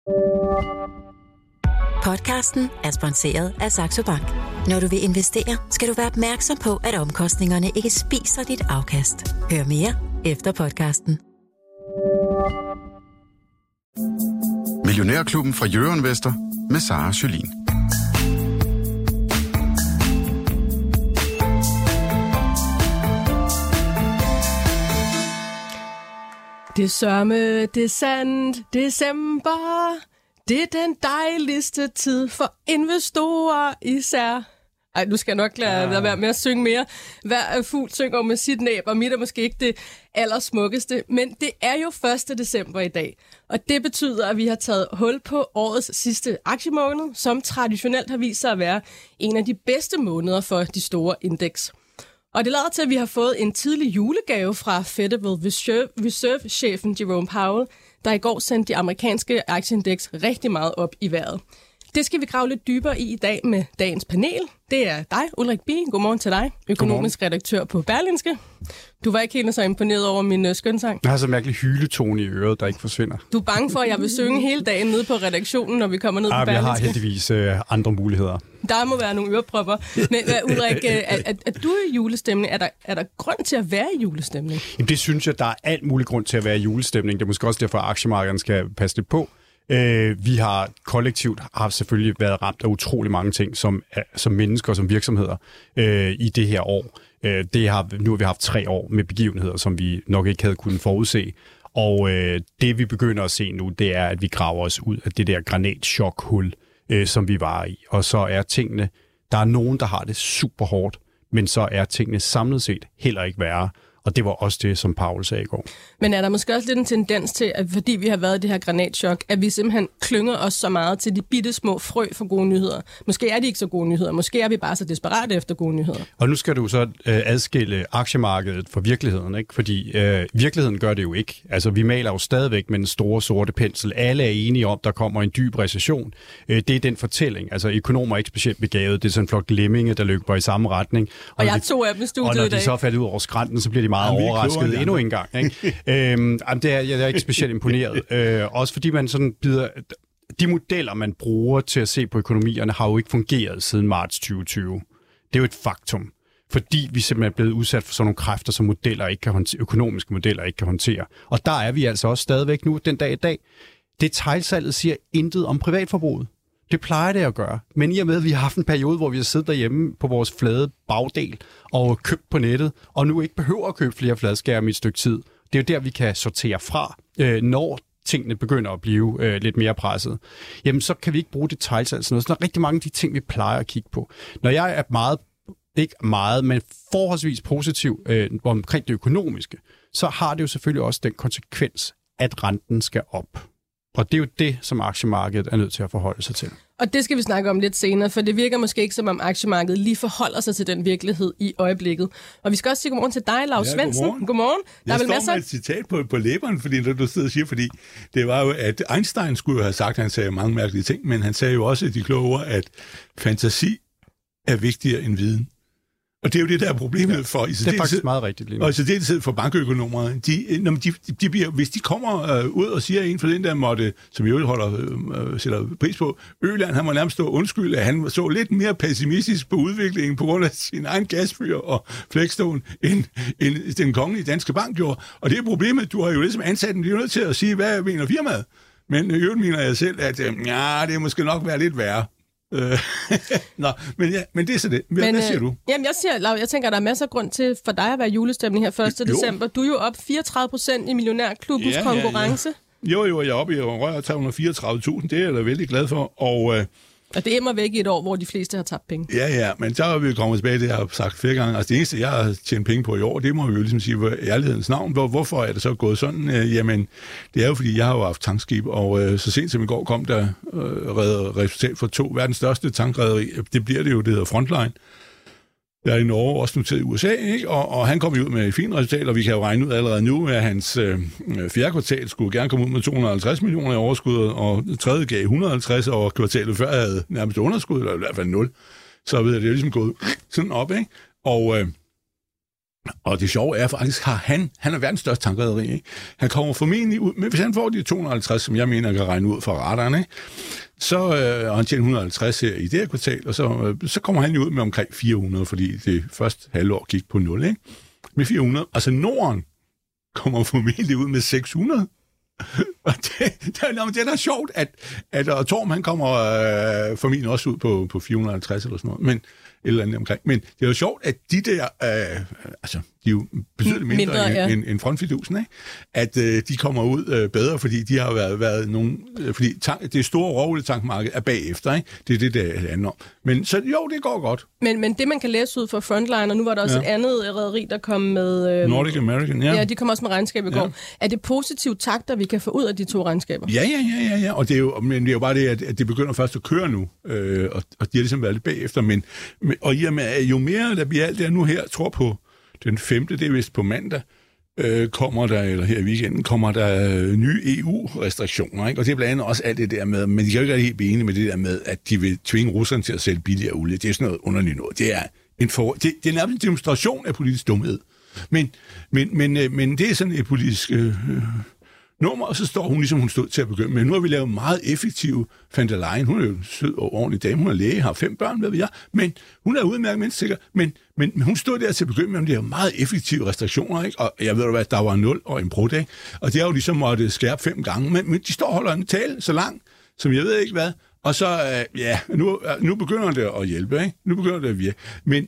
Podcasten er sponsoreret af Saxo Bank. Når du vil investere, skal du være opmærksom på, at omkostningerne ikke spiser dit afkast. Hør mere efter podcasten. Millionærklubben fra Jørgen Vester med Sara Jolin. Det er sørme, det er sandt, december. Det er den dejligste tid for investorer især. Ej, nu skal jeg nok lade være med at synge mere. Hver fugl synger med sit næb, og mit er måske ikke det allersmukkeste. Men det er jo 1. december i dag. Og det betyder, at vi har taget hul på årets sidste aktiemåned, som traditionelt har vist sig at være en af de bedste måneder for de store indeks. Og det lader til, at vi har fået en tidlig julegave fra Federal Reserve-chefen Jerome Powell, der i går sendte de amerikanske aktieindeks rigtig meget op i vejret. Det skal vi grave lidt dybere i dag med dagens panel. Det er dig, Ulrik Bie. Godmorgen til dig, økonomisk redaktør på Berlingske. Du var ikke helt så imponeret over min skønsang. Jeg har så mærkelig hyletone i øret, der ikke forsvinder. Du er bange for, at jeg vil synge hele dagen nede på redaktionen, når vi kommer ned på Berlingske? Jeg har heldigvis andre muligheder. Der må være nogle ørepropper. Men Ulrik, er du i julestemning? Er der grund til at være i julestemning? Jamen, det synes jeg, der er alt mulig grund til at være i julestemning. Det er måske også derfor, at aktiemarkederne skal passe lidt på. Vi har kollektivt selvfølgelig været ramt af utrolig mange ting som mennesker og som virksomheder i det her år. Nu har vi haft 3 år med begivenheder, som vi nok ikke havde kunnet forudse. Og det vi begynder at se nu, det er, at vi graver os ud af det der granatchokhul, som vi var i. Og så er tingene, der er nogen, der har det super hårdt, men så er tingene samlet set heller ikke værre. Og det var også det, som Powell sagde i går. Men er der måske også lidt en tendens til, at fordi vi har været i det her granatchok, at vi simpelthen klynger os så meget til de bitte små frø for gode nyheder? Måske er de ikke så gode nyheder. Måske er vi bare så desperate efter gode nyheder. Og nu skal du så adskille aktiemarkedet fra virkeligheden, ikke? Fordi virkeligheden gør det jo ikke. Altså, vi maler jo stadigvæk med en store sorte pensel. Alle er enige om, der kommer en dyb recession. Det er den fortælling. Altså, økonomer er ikke specielt begavet. Det er sådan en flok lemminge, der løber i samme retning. Og jeg tog af dem i studiet i dag. Og når de så falder ud over skrænten, så bliver de meget overrasket endnu en gang. Ikke? Jeg er ikke specielt imponeret. Også fordi man sådan bider... De modeller, man bruger til at se på økonomierne, har jo ikke fungeret siden marts 2020. Det er jo et faktum. Fordi vi simpelthen er blevet udsat for sådan nogle kræfter, som økonomiske modeller ikke kan håndtere. Og der er vi altså også stadigvæk nu, den dag i dag. Detailsalget siger intet om privatforbruget. Det plejer det at gøre. Men i og med, at vi har haft en periode, hvor vi har siddet derhjemme på vores flade bagdel og købt på nettet, og nu ikke behøver at købe flere fladskærme i et stykke tid. Det er jo der, vi kan sortere fra, når tingene begynder at blive lidt mere presset. Jamen, så kan vi ikke bruge detailsalg sådan noget. Så der er rigtig mange af de ting, vi plejer at kigge på. Når jeg er ikke meget, men forholdsvis positiv omkring det økonomiske, så har det jo selvfølgelig også den konsekvens, at renten skal op. Og det er jo det, som aktiemarkedet er nødt til at forholde sig til. Og det skal vi snakke om lidt senere, for det virker måske ikke, som om aktiemarkedet lige forholder sig til den virkelighed i øjeblikket. Og vi skal også sige godmorgen til dig, Lars Svendsen. Godmorgen. Jeg står med et citat på læberen, fordi du sidder og siger, fordi det var jo, at Einstein skulle jo have sagt, at han sagde mange mærkelige ting, men han sagde jo også de kloge ord, at fantasi er vigtigere end viden. Og det er jo det, der er problemet for... Det er faktisk meget rigtigt lige nu. Og så det er for bankøkonomer. De bliver, hvis de kommer ud og siger, en for den der måtte, som i øvrigt sætter pris på, Øland, han må nærmest stå undskyld, at han så lidt mere pessimistisk på udviklingen på grund af sin egen gasfyr og Flexstone, end den kongelige danske bank gjorde. Og det er problemet. Du har jo ligesom ansat dem, de er nødt til at sige, hvad mener firmaet? Men i øvrigt mener jeg selv, at det er måske nok være lidt værre. Men det er så det. Hvad siger du? Jamen, jeg tænker, der er masser af grund til for dig at være julestemning her 1. december. Du er jo op 34% i millionærklubbens konkurrence. Jo, jeg er oppe i rør 334.000. Det er jeg da vældig glad for. Og det er immer væk i et år, hvor de fleste har tabt penge. Ja, men så er vi kommet tilbage til det, jeg har sagt flere gange. Altså det eneste, jeg har tjent penge på i år, det må vi jo ligesom sige på ærlighedens navn. Hvorfor er det så gået sådan? Jamen, det er jo fordi, jeg har jo haft tankskib, og så sent som i går kom der resultat for 2 verdens største tankrederi. Det bliver det jo, det hedder Frontline. Der er i Norge, også noteret i USA, ikke? Og han kom jo ud med et fint resultat, og vi kan jo regne ud allerede nu, at hans fjerde kvartal skulle gerne komme ud med 250 millioner i overskud, og tredje gav 150, og kvartalet før havde nærmest underskud, eller i hvert fald 0. Så ved jeg, det er ligesom gået sådan op, ikke? Og Og det sjove er faktisk, han er verdens største tankrederi, ikke? Han kommer formentlig ud, men hvis han får de 250, som jeg mener kan regne ud fra radaren, ikke? Så og han tjener 150 her i det her kvartal, og så kommer han jo ud med omkring 400, fordi det første halvår gik på 0, ikke? Med 400. Altså Norden kommer formentlig ud med 600. Og det er da sjovt, at Torm, han kommer formentlig også ud på 450 eller sådan noget, men eller andet omkring. Men det er jo sjovt, at de der, altså, de er jo betydeligt mindre end frontfidusen, ikke? At de kommer ud bedre, fordi de har været nogle, fordi det store råolietankmarked er bagefter, ikke? Det er det handler om. Men så jo, det går godt. Men det, man kan læse ud fra Frontline, og nu var der også et andet rederi, der kom med... Nordic American, ja. Ja, de kom også med regnskab i går. Er det positive takter, vi kan få ud af de to regnskaber? Ja. Og det er jo, men det er jo bare det, at det begynder først at køre nu, og de har ligesom været lidt bagefter, men og i og med, jo mere der bliver alt det nu her, tror på den 5., det er vist på mandag, kommer der, eller her i weekenden, kommer der nye EU-restriktioner, ikke? Og det er blandt andet også alt det der med, men de kan jo ikke være helt enige med det der med, at de vil tvinge russerne til at sælge billigere olie. Det er sådan noget underligt noget. Det er det er nærmest en demonstration af politisk dumhed. Men det er sådan et politisk nummer, og så står hun, ligesom hun stod til at begynde med. Nu har vi lavet meget effektive van der Leyen. Hun er jo en sød og ordentlig dame. Hun er læge, har 5 børn, hvad ved jeg. Men hun er udmærket menneskesikker. Men hun stod der til at begynde med, om det er meget effektive restriktioner, ikke? Og jeg ved jo, at der var 0 og en brud, ikke? Og det har jo ligesom måttet skærpe 5 gange. Men de står og holder en tale så lang, som jeg ved ikke hvad. Og så, nu begynder det at hjælpe, ikke? Nu begynder det at virke.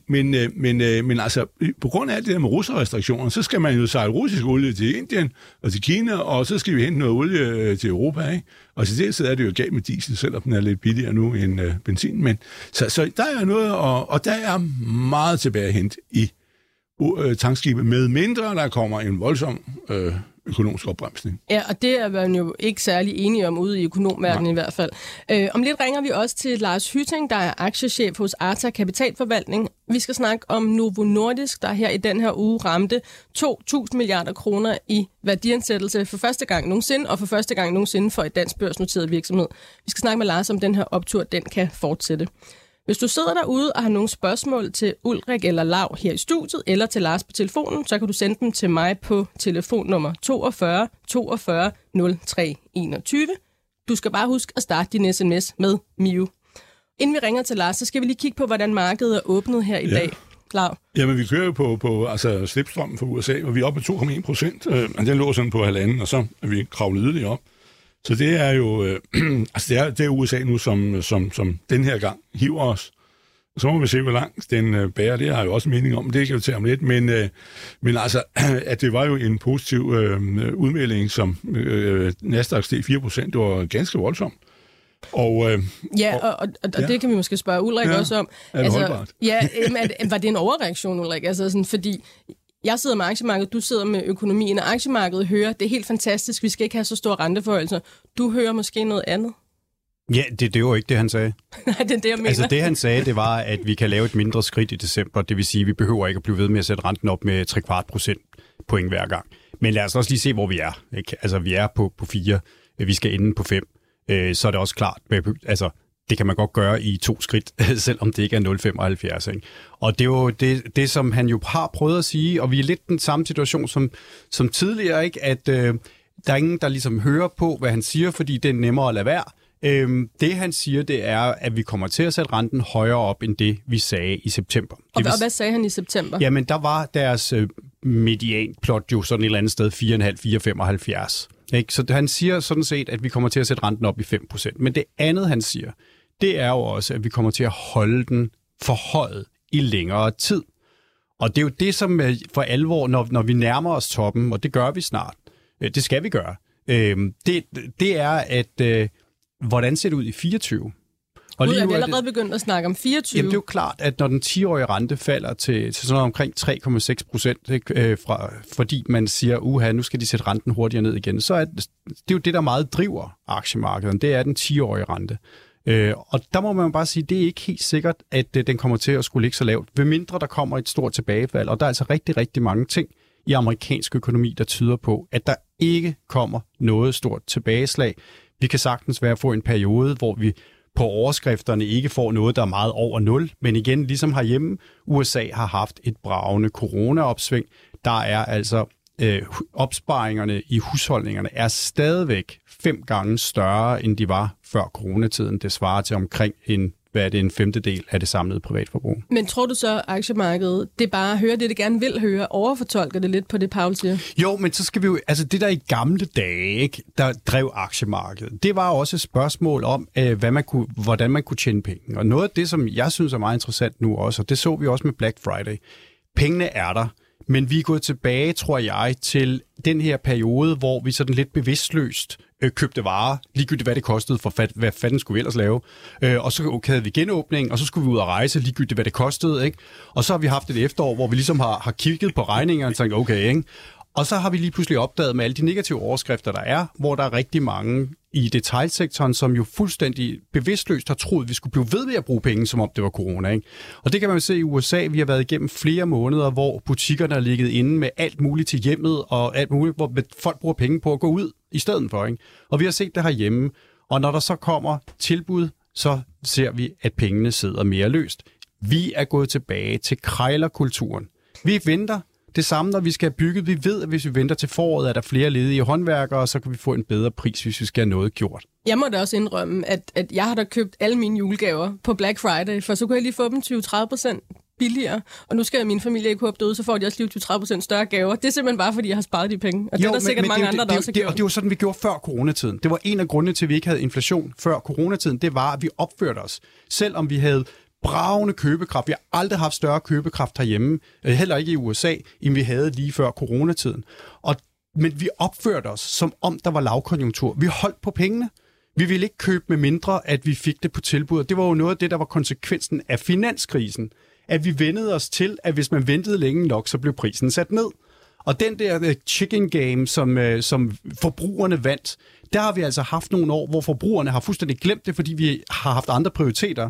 Men altså, på grund af alt det der med russerrestriktioner, så skal man jo sejle russisk olie til Indien og til Kina, og så skal vi hente noget olie til Europa, ikke? Og til det er det jo galt med diesel, selvom den er lidt billigere nu end benzin. Men så der er noget, og der er meget tilbage at hente i tankskibet, med mindre der kommer en voldsom økonomisk opbremsning. Ja, og det er man jo ikke særlig enige om ude i økonomverdenen i hvert fald. Om lidt ringer vi også til Lars Hytting, der er aktiechef hos Arta Kapitalforvaltning. Vi skal snakke om Novo Nordisk, der her i den her uge ramte 2.000 milliarder kroner i værdiansættelse for første gang nogensinde, og for første gang nogensinde for et dansk børsnoteret virksomhed. Vi skal snakke med Lars om den her optur, den kan fortsætte. Hvis du sidder derude og har nogle spørgsmål til Ulrik eller Lav her i studiet, eller til Lars på telefonen, så kan du sende dem til mig på telefonnummer 42 42 03 21. Du skal bare huske at starte din sms med MIU. Inden vi ringer til Lars, så skal vi lige kigge på, hvordan markedet er åbnet her i dag. Lav. Jamen, vi kører jo på altså, slipstrømmen fra USA, og vi er oppe på 2,1%. Den lå sådan på 1,5, og så er vi kravlet yderligere op. Så det er jo, altså det er USA nu, som den her gang hiver os. Så må vi se, hvor langt den bærer. Det har jeg jo også mening om, det kan vi tage om lidt. Men altså, at det var jo en positiv udmelding, som Nasdaq steg 4%, det var ganske voldsomt. Og det kan vi måske spørge Ulrik også om. Er det holdbart? Ja, var det en overreaktion, Ulrik? Altså sådan, fordi jeg sidder med aktiemarkedet, du sidder med økonomien, og aktiemarkedet hører, det er helt fantastisk, vi skal ikke have så store renteforhøjelser. Du hører måske noget andet? Ja, det er jo ikke det, han sagde. Nej, det er det, jeg mener. Altså det, han sagde, det var, at vi kan lave et mindre skridt i december. Det vil sige, at vi behøver ikke at blive ved med at sætte renten op med 3/4% point hver gang. Men lad os også lige se, hvor vi er. Ikke? Altså, vi er på 4. Vi skal ende på 5. Så er det også klart, altså det kan man godt gøre i 2 skridt, selvom det ikke er 0,75. Ikke? Og det er jo det, som han jo har prøvet at sige, og vi er lidt den samme situation som tidligere, ikke? At der er ingen, der ligesom hører på, hvad han siger, fordi det er nemmere at lade være. Det han siger, det er, at vi kommer til at sætte renten højere op, end det vi sagde i september. Og hvad sagde han i september? Jamen, der var deres medianplot jo sådan et eller andet sted 4,5-4,75. Ikke? Så han siger sådan set, at vi kommer til at sætte renten op i 5%. Men det andet, han siger, det er jo også, at vi kommer til at holde den forhøjet i længere tid. Og det er jo det, som for alvor, når vi nærmer os toppen, og det gør vi snart, det skal vi gøre, det er, at hvordan ser det ud i 24? Og er vi allerede begyndt at snakke om 24? Jamen det er jo klart, at når den 10-årige rente falder til sådan noget omkring 3,6%, fordi man siger, nu skal de sætte renten hurtigere ned igen, så er det jo det, der meget driver aktiemarkedet, det er den 10-årige rente. Og der må man bare sige, at det er ikke helt sikkert, at den kommer til at skulle ligge så lavt, ved mindre der kommer et stort tilbagefald. Og der er altså rigtig, rigtig mange ting i amerikansk økonomi, der tyder på, at der ikke kommer noget stort tilbageslag. Vi kan sagtens få en periode, hvor vi på overskrifterne ikke får noget, der er meget over 0. Men igen, ligesom herhjemme, USA har haft et bragende corona-opsving. Der er altså opsparingerne i husholdningerne er stadigvæk 5 gange større, end de var før coronatiden. Det svarer til omkring en femtedel af det samlede privatforbrug. Men tror du så, aktiemarkedet, det bare hører det gerne vil høre, overfortolker det lidt på det, Paul siger? Jo, men så skal vi jo, altså det der i gamle dage, ikke, der drev aktiemarkedet, det var også et spørgsmål om, hvordan man kunne tjene penge. Og noget af det, som jeg synes er meget interessant nu også, og det så vi også med Black Friday, pengene er der, men vi er gået tilbage, tror jeg, til den her periode, hvor vi sådan lidt bevidstløst købte varer, ligegyldigt hvad det kostede, for hvad fanden skulle vi ellers lave. Og så havde vi genåbning, og så skulle vi ud og rejse, ligegyldigt hvad det kostede. Ikke? Og så har vi haft et efterår, hvor vi ligesom har kigget på regningerne og tænkt, okay, ikke? Og så har vi lige pludselig opdaget med alle de negative overskrifter, der er, hvor der er rigtig mange i detailsektoren, som jo fuldstændig bevidstløst har troet, at vi skulle blive ved med at bruge penge, som om det var corona. Ikke? Og det kan man jo se i USA. Vi har været igennem flere måneder, hvor butikkerne har ligget inde med alt muligt til hjemmet, og alt muligt, hvor folk bruger penge på at gå ud i stedet for. Ikke? Og vi har set det herhjemme. Og når der så kommer tilbud, så ser vi, at pengene sidder mere løst. Vi er gået tilbage til krejlerkulturen. Vi venter. Det samme, når vi skal have bygget. Vi ved, at hvis vi venter til foråret, er der flere ledige håndværkere, og så kan vi få en bedre pris, hvis vi skal have noget gjort. Jeg må da også indrømme, at jeg har da købt alle mine julegaver på Black Friday, for så kunne jeg lige få dem 20-30% billigere. Og nu skal min familie ikke håbe derude, så får de også lige 20-30% større gaver. Det er simpelthen bare, fordi jeg har sparet de penge. Og det er der sikkert mange andre, der også har gjort. Og det var sådan, vi gjorde før coronatiden. Det var en af grundene til, at vi ikke havde inflation før coronatiden. Det var, at vi opførte os. Selvom vi havde bragende købekraft. Vi har aldrig haft større købekraft herhjemme, heller ikke i USA, end vi havde lige før coronatiden. Men vi opførte os, som om der var lavkonjunktur. Vi holdt på pengene. Vi ville ikke købe med mindre, at vi fik det på tilbud. Det var jo noget af det, der var konsekvensen af finanskrisen. At vi vendede os til, at hvis man ventede længe nok, så blev prisen sat ned. Og den der chicken game, som forbrugerne vandt, der har vi altså haft nogle år, hvor forbrugerne har fuldstændig glemt det, fordi vi har haft andre prioriteter.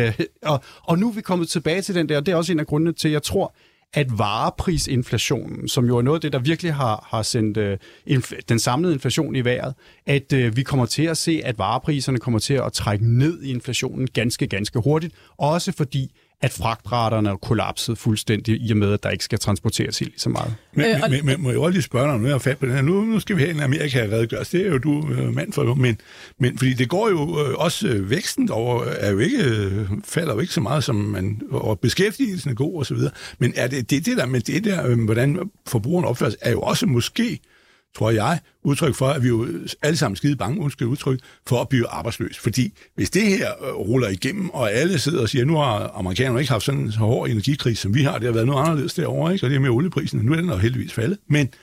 Og nu er vi kommet tilbage til den der, og det er også en af grundene til, jeg tror, at vareprisinflationen, som jo er noget af det, der virkelig har sendt den samlede inflation i vejret, at vi kommer til at se, at varepriserne kommer til at trække ned i inflationen ganske, ganske hurtigt, også fordi at fragtraterne er kollapset fuldstændig, i og med, at der ikke skal transporteres helt så meget. Men må jeg også lige spørge dig, om jeg har fat på den her. Nu skal vi have en Amerika-redegørelse. Det er jo du mand for, men fordi det går jo også, væksten over er jo ikke, falder jo ikke så meget, som man, og beskæftigelsen er god og så videre. Men er det der med det der, hvordan forbrugerne opfører sig, er jo også måske, tror jeg, udtryk for, at vi jo alle sammen skide bange, udtryk, for at blive arbejdsløs. Fordi hvis det her ruller igennem, og alle sidder og siger, nu har amerikanerne ikke haft sådan en så hård energikrise, som vi har, det har været noget anderledes derovre, ikke? Og det er med olieprisen, nu er den jo heldigvis faldet.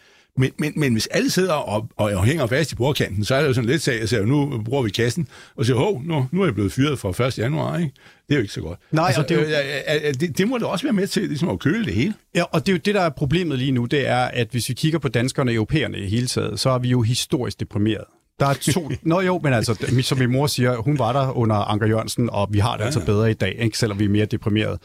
Men hvis alle sidder og hænger fast i bordkanten, så er det jo sådan lidt sag, at nu bruger vi kassen, og siger, nu er jeg blevet fyret fra 1. januar, ikke? Det er jo ikke så godt. Nej, altså, det må da også være med til ligesom at køle det hele. Ja, og det er jo det, der er problemet lige nu, det er, at hvis vi kigger på danskerne og europæerne i hele taget, så er vi jo historisk deprimeret. Der er 2... men altså, som min mor siger, hun var der under Anker Jørgensen, og vi har det altså bedre i dag, ikke? Selvom vi er mere deprimeret.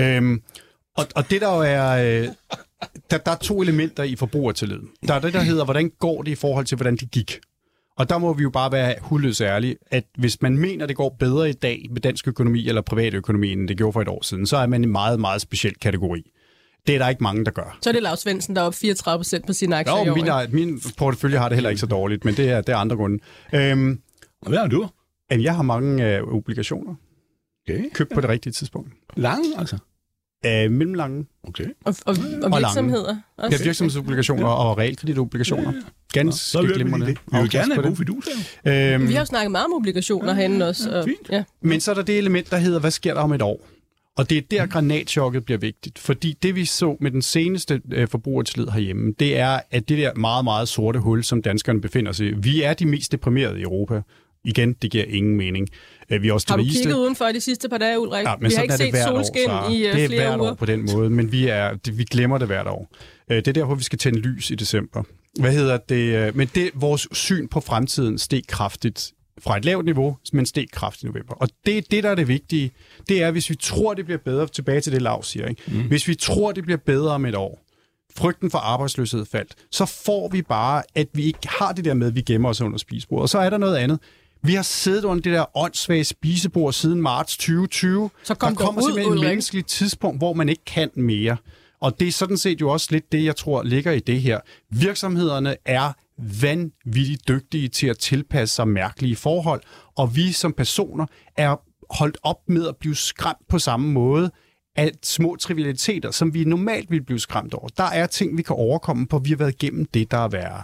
Og det der jo er... Der er 2 elementer i forbrugertillid. Der er det, der hedder, hvordan går det i forhold til, hvordan det gik. Og der må vi jo bare være hudløst ærlige, at hvis man mener, det går bedre i dag med dansk økonomi eller privatøkonomi, end det gjorde for et år siden, så er man en meget, meget speciel kategori. Det er der ikke mange, der gør. Så er det Lars Svendsen, der er op 34% på sine aktier i år. Min portefølje har det heller ikke så dårligt, men det er andre grunde. Hvad har du? Jeg har mange obligationer. Okay. Købt på det rigtige tidspunkt. Lange, altså? Mellemlange. Okay. Og virksomheder? Ja, virksomhedsobligationer og realkreditobligationer. Ganske glimrende. Vi vil gerne have god fidus. Vi har jo snakket meget om obligationer herinde også. Og, ja. Men så er der det element, der hedder, hvad sker der om et år? Og det er der, granatchokket bliver vigtigt. Fordi det, vi så med den seneste forbrugertillid herhjemme, det er, at det der meget, meget sorte hul, som danskerne befinder sig i, vi er de mest deprimerede i Europa. Igen, det giver ingen mening. Vi er også har du kigget udenfor de sidste par dage, Ulrik? Ja, vi har ikke set solskin år, i flere uger. Det er hvert år på den måde, men vi glemmer det hvert år. Det er derfor, vi skal tænde lys i december. Men vores syn på fremtiden steg kraftigt fra et lavt niveau, men steg kraftigt i november. Og det er det, der er det vigtige. Det er, hvis vi tror, det bliver bedre, tilbage til det Lav siger, ikke? Hvis vi tror, det bliver bedre om et år, frygten for arbejdsløshed faldt, så får vi bare, at vi ikke har det der med, at vi gemmer os under spisebordet. Og så er der noget andet. Vi har siddet under det der åndssvage spisebord siden marts 2020. Så der kommer simpelthen et menneskeligt tidspunkt, hvor man ikke kan mere. Og det er sådan set jo også lidt det, jeg tror ligger i det her. Virksomhederne er vanvittigt dygtige til at tilpasse sig mærkelige forhold, og vi som personer er holdt op med at blive skræmt på samme måde af små trivialiteter, som vi normalt ville blive skræmt over. Der er ting, vi kan overkomme på, vi har været igennem det, der er værre.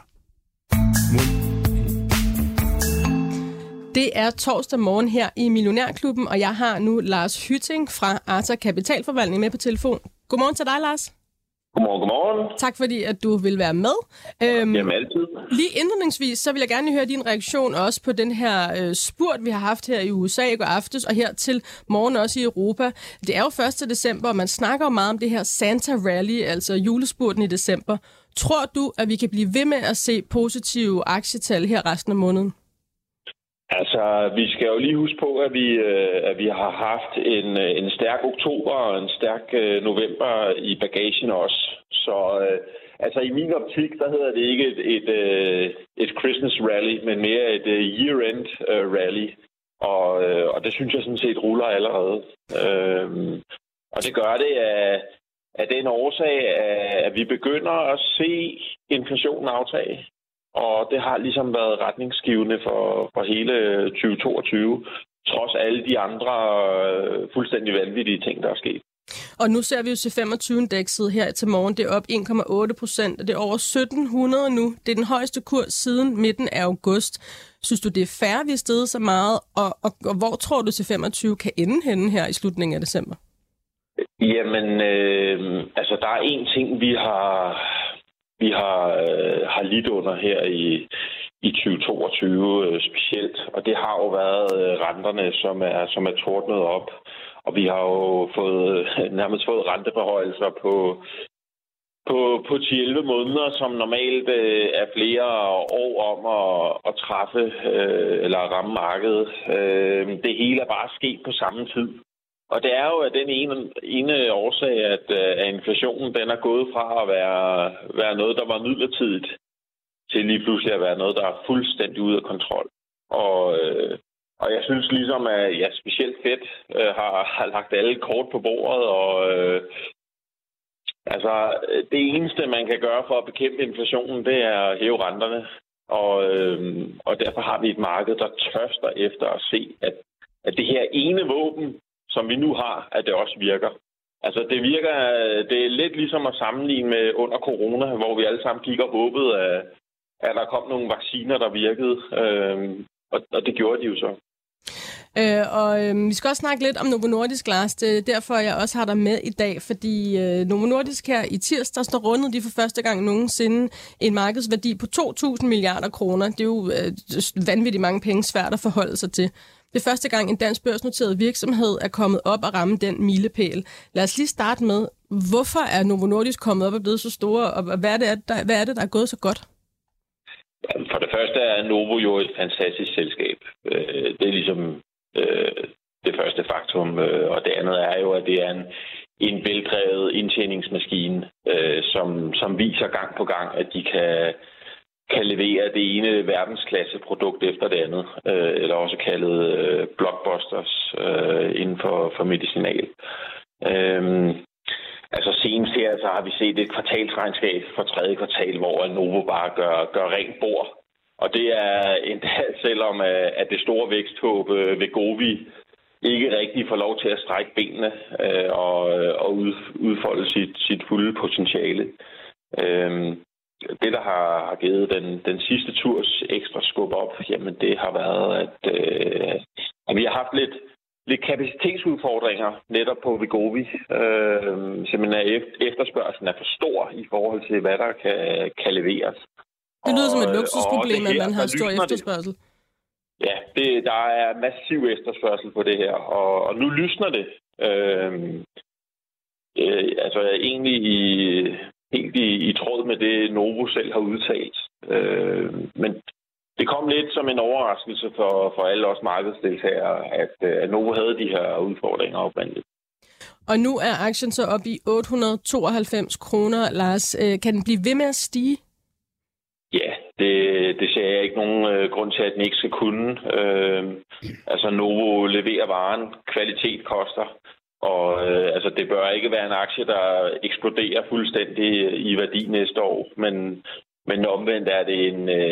Det er torsdag morgen her i Millionærklubben, og jeg har nu Lars Hytting fra Arta Kapitalforvaltning med på telefon. Godmorgen til dig, Lars. Godmorgen. Tak fordi, at du vil være med. Jamen altid. Lige indledningsvis, så vil jeg gerne høre din reaktion også på den her spurt, vi har haft her i USA i går aftes, og her til morgen også i Europa. Det er jo 1. december, og man snakker jo meget om det her Santa Rally, altså julespurten i december. Tror du, at vi kan blive ved med at se positive aktietal her resten af måneden? Altså, vi skal jo lige huske på, at vi har haft en stærk oktober og en stærk november i bagagen også. Så altså i min optik, der hedder det ikke et Christmas rally, men mere et year-end rally. Og det synes jeg sådan set ruller allerede. Og det gør det af den årsag, at vi begynder at se inflationen aftage. Og det har ligesom været retningsgivende for hele 2022, trods alle de andre fuldstændig vanvittige ting, der er sket. Og nu ser vi jo C25-indekset her til morgen. Det er op 1,8%, og det er over 1700 nu. Det er den højeste kurs siden midten af august. Synes du, det er fair, at vi er steget så meget? Og hvor tror du, C25 kan ende henne her i slutningen af december? Jamen, altså der er en ting, vi har lidt under her i 2022 specielt, og det har jo været renterne, som er tordnet op, og vi har jo nærmest fået renteforhøjelser på 10-11 måneder, som normalt er flere år om at træffe eller ramme markedet. Det hele er bare sket på samme tid. Og det er jo af den ene årsag, at inflationen den er gået fra at være noget, der var midlertidigt, til lige pludselig at være noget, der er fuldstændig ude af kontrol. Og jeg synes ligesom, at specielt Fed har lagt alle kort på bordet, og altså det eneste, man kan gøre for at bekæmpe inflationen, det er at hæve renterne. Og derfor har vi et marked, der tørster efter at se, at det her ene våben, som vi nu har, at det også virker. Altså det er lidt ligesom at sammenligne med under corona, hvor vi alle sammen gik og håbede, at der kom nogle vacciner, der virkede. Og det gjorde de jo så. Vi skal også snakke lidt om Novo Nordisk, Lars. Det er derfor, jeg også har dig med i dag, fordi Novo Nordisk her i tirsdag, der rundede de for første gang nogensinde en markedsværdi på 2.000 milliarder kroner. Det er jo vanvittigt mange penge, svært at forholde sig til. Det er første gang, en dansk børsnoteret virksomhed er kommet op og ramme den milepæl. Lad os lige starte med, hvorfor er Novo Nordisk kommet op og blevet så store, og hvad er det, der er gået så godt? For det første er Novo jo et fantastisk selskab. Det er ligesom det første faktum. Og det andet er jo, at det er en veldrevet indtjeningsmaskine, som viser gang på gang, at de kan levere det ene verdensklasseprodukt efter det andet, eller også kaldet blockbusters inden for medicinal. Altså senest her, så har vi set et kvartalsregnskab for 3. kvartal, hvor Novo bare gør rent bord. Og det er endda selvom at det store væksthåb Wegovy ikke rigtig får lov til at strække benene og udfolde sit fulde potentiale. Det, der har givet den sidste turs ekstra skub op, jamen det har været, at vi har haft lidt kapacitetsudfordringer netop på Wegovy. Simpelthen efterspørgselen er for stor i forhold til, hvad der kan leveres. Det lyder som et luksusproblem, at man har stor efterspørgsel. Ja, der er massiv efterspørgsel på det her, og nu lysner det. Altså egentlig helt i tråd med det, Novo selv har udtalt. Men det kom lidt som en overraskelse for alle os markedsdeltagere, at Novo havde de her udfordringer oprindeligt. Og nu er aktien så op i 892 kroner, Lars. Kan den blive ved med at stige? Ja, det ser jeg ikke nogen grund til, at den ikke skal kunne. Altså Novo leverer varen, kvalitet koster, og altså det bør ikke være en aktie, der eksploderer fuldstændig i værdi næste år, men omvendt er det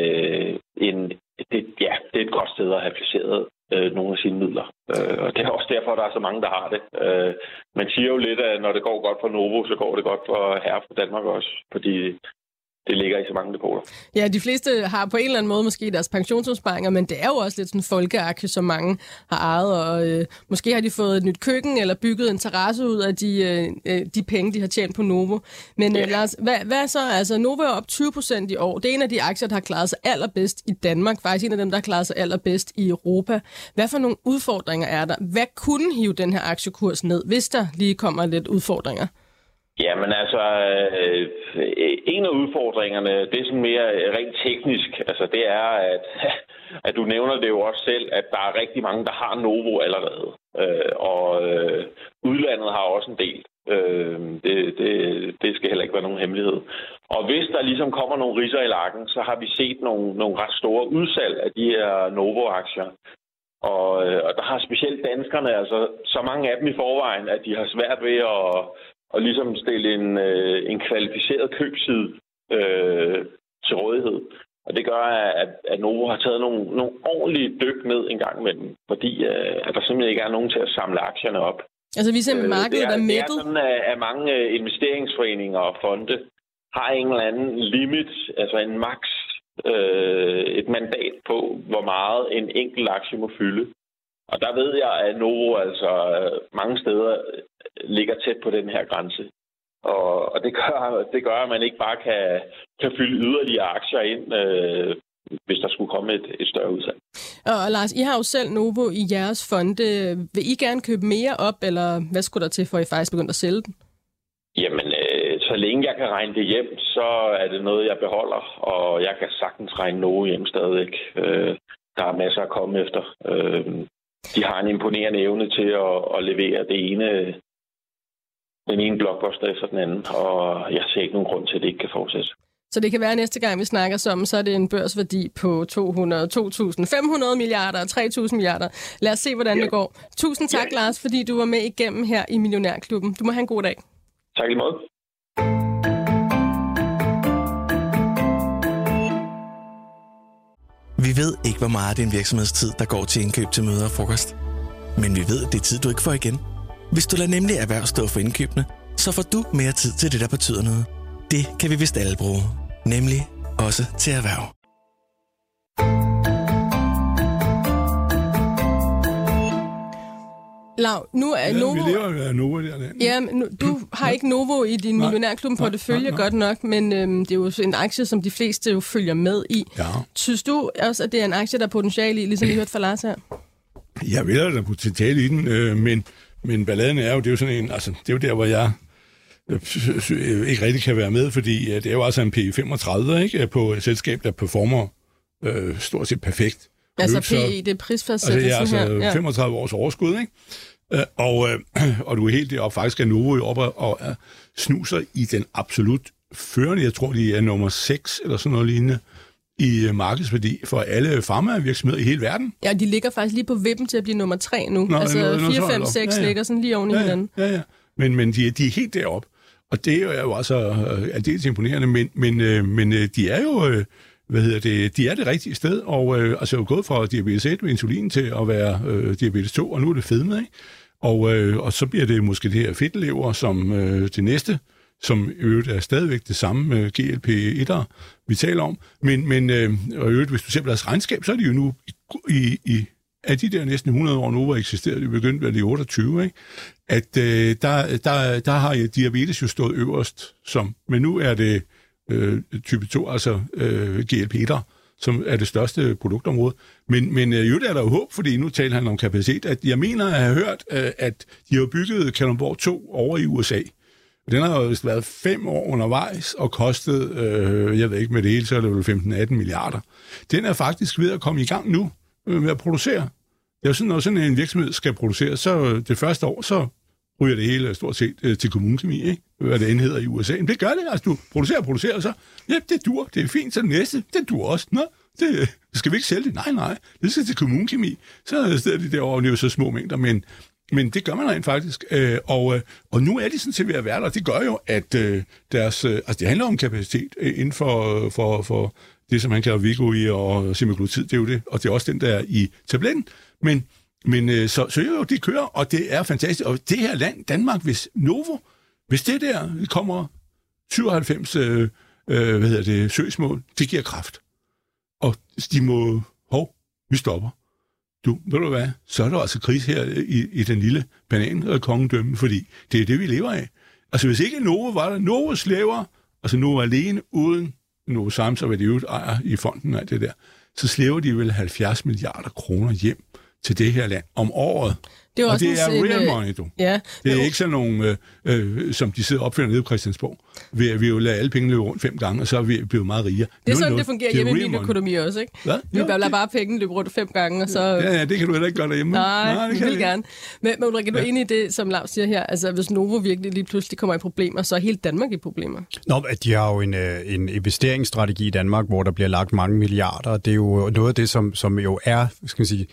det er et godt sted at have placeret nogle af sine midler. Og det er også derfor, der er så mange, der har det. Man siger jo lidt, at når det går godt for Novo, så går det godt for herre for Danmark også, fordi det ligger i så mange depoter. Ja, de fleste har på en eller anden måde måske deres pensionsopsparinger, men det er jo også lidt sådan en folkeaktie, som mange har ejet, og måske har de fået et nyt køkken eller bygget en terrasse ud af de penge, de har tjent på Novo. Men Lars, hvad så? Altså, Novo er op 20% i år. Det er en af de aktier, der har klaret sig allerbedst i Danmark. Faktisk en af dem, der har klaret sig allerbedst i Europa. Hvad for nogle udfordringer er der? Hvad kunne hive den her aktiekurs ned, hvis der lige kommer lidt udfordringer? Jamen altså, en af udfordringerne, det er sådan mere rent teknisk. Altså det er, at du nævner det jo også selv, at der er rigtig mange, der har Novo allerede. Og udlandet har også en del. Det skal heller ikke være nogen hemmelighed. Og hvis der ligesom kommer nogle ridser i lakken, så har vi set nogle ret store udsalg af de her Novo-aktier. Og der har specielt danskerne, altså så mange af dem i forvejen, at de har svært ved at ligesom stille en kvalificeret købside til rådighed. Og det gør, at Novo har taget nogle ordentlige dyk ned en gang imellem, fordi at der simpelthen ikke er nogen til at samle aktierne op. Altså vi ser markedet er mættet? Det er sådan, at mange investeringsforeninger og fonde har en eller anden limit, altså en max, et mandat på, hvor meget en enkelt aktie må fylde. Og der ved jeg, at Novo altså mange steder ligger tæt på den her grænse. Og det gør, at man ikke bare kan fylde yderligere aktier ind, hvis der skulle komme et større udsalg. Og Lars, I har jo selv Novo i jeres fonde. Vil I gerne købe mere op, eller hvad skulle der til, for I faktisk begyndte at sælge den? Jamen, så længe jeg kan regne det hjem, så er det noget, jeg beholder, og jeg kan sagtens regne Novo hjem stadigvæk. Der er masser at komme efter. De har en imponerende evne til at levere den ene blockbuster efter den anden, og jeg ser ikke nogen grund til, at det ikke kan fortsætte. Så det kan være, at næste gang vi snakker sammen, så er det en børsværdi på 2.500 milliarder og 3.000 milliarder. Lad os se, hvordan det går. Tusind tak, Lars, fordi du var med igennem her i Millionærklubben. Du må have en god dag. Tak i måde. Vi ved ikke, hvor meget af din virksomhedstid, der går til indkøb til møder og frokost. Men vi ved, at det er tid, du ikke får igen. Hvis du lader nemlig erhverv stå for indkøbene, så får du mere tid til det, der betyder noget. Det kan vi vist alle bruge. Nemlig også til erhverv. Lav, nu er Novo... Vi lever af Novo der. Ja, du har ikke Novo i din millionærklub portefølje, godt nok, men det er jo en aktie, som de fleste jo følger med i. Ja. Synes du også, at det er en aktie, der er potentiale i, ligesom I hørte fra Lars her? Jeg ved, at der er potentiale i den, men balladen er jo, det er jo sådan en, altså, det er jo der, hvor jeg ikke rigtig kan være med, fordi det er jo altså en P35, ikke, på et selskab, der performer stort set perfekt. Altså PE, det er prisfastsættelsen altså, her. Ja. 35 års overskud, ikke? Og du er helt deroppe, faktisk er Novo oppe og snuser i den absolut førende, jeg tror, de er nummer 6 eller sådan noget lignende, i markedsværdi for alle farmavirksomheder i hele verden. Ja, de ligger faktisk lige på vippen til at blive nummer 3 nu. Nå, altså 4, 5, 6 ligger sådan lige oven i hinanden. Ja. Men de er helt deroppe. Og det er jo altså aldeles imponerende, men de er jo... de er det rigtige sted, og altså jo gået fra diabetes 1 med insulin til at være diabetes 2, og nu er det fedme, ikke? Og så bliver det måske det her fedtlever som det næste, som øvrigt er stadigvæk det samme GLP-1'er, vi taler om. Men øvrigt, hvis du ser på deres regnskab, så er de jo nu i af de der næsten 100 år nu, hvor eksisteret, det begyndte ved de 28, ikke? At der har diabetes jo stået øverst, men nu er det type 2, altså GLP-1'er, som er det største produktområde. Men jo, der er der jo håb, fordi nu taler han om kapacitet, at jeg mener at have hørt, at de har bygget Kalundborg 2 over i USA. Den har jo været 5 år undervejs og kostet, jeg ved ikke med det hele, så er det vel 15-18 milliarder. Den er faktisk ved at komme i gang nu med at producere. Det er jo sådan, når sådan en virksomhed skal producere, så det første år, så ryger det hele stort set til kommunekemi, ikke? hvad det end hedder i USA. Men det gør det, altså du producerer, og så, ja, det dur, det er fint, så det næste, det dur også. Nå, det skal vi ikke sælge det? Nej, det skal til kommunekemi. Så er det derovre, det er jo så små mængder, men det gør man rent faktisk. Og nu er de sådan set ved at være der, og det gør jo, at altså det handler om kapacitet inden for det, som han kalder Wegovy og semaglutid, det er jo det, og det er også den, der er i tabletten. Men så jo, de kører, og det er fantastisk. Og det her land, Danmark, hvis det der kommer 97 søgsmål, det giver kraft. Og de må, vi stopper. Ved du hvad, så er der altså krise her i den lille banan-kongedømme, fordi det er det, vi lever af. Altså hvis ikke Novo var der, Novo slæver, altså Novo alene uden Novo Sams og hvad de jo ejer i fonden og alt det der, så slæver de vel 70 milliarder kroner hjem til det her land om året. Det er og også det er real money, du. Ja, det er ikke sådan nogle, som de sidder og opfinder nede på Christiansborg. Vi har jo ladet alle penge løbe rundt 5 gange, og så er vi blevet meget rigere. Det er sådan, det fungerer hjemme i min økonomi også, ikke? Hvad? Vi lader bare penge løbe rundt 5 gange, og så... Ja, det kan du heller ikke gøre derhjemme. Nej, det vil gerne. Men Ulrik, er du enig i det, som Lav siger her? Altså, hvis Novo virkelig lige pludselig kommer i problemer, så er hele Danmark i problemer. Nå, de har jo en investeringsstrategi i Danmark, hvor der bliver lagt mange milliarder. Det er jo noget af det, som jo er, skal man sige,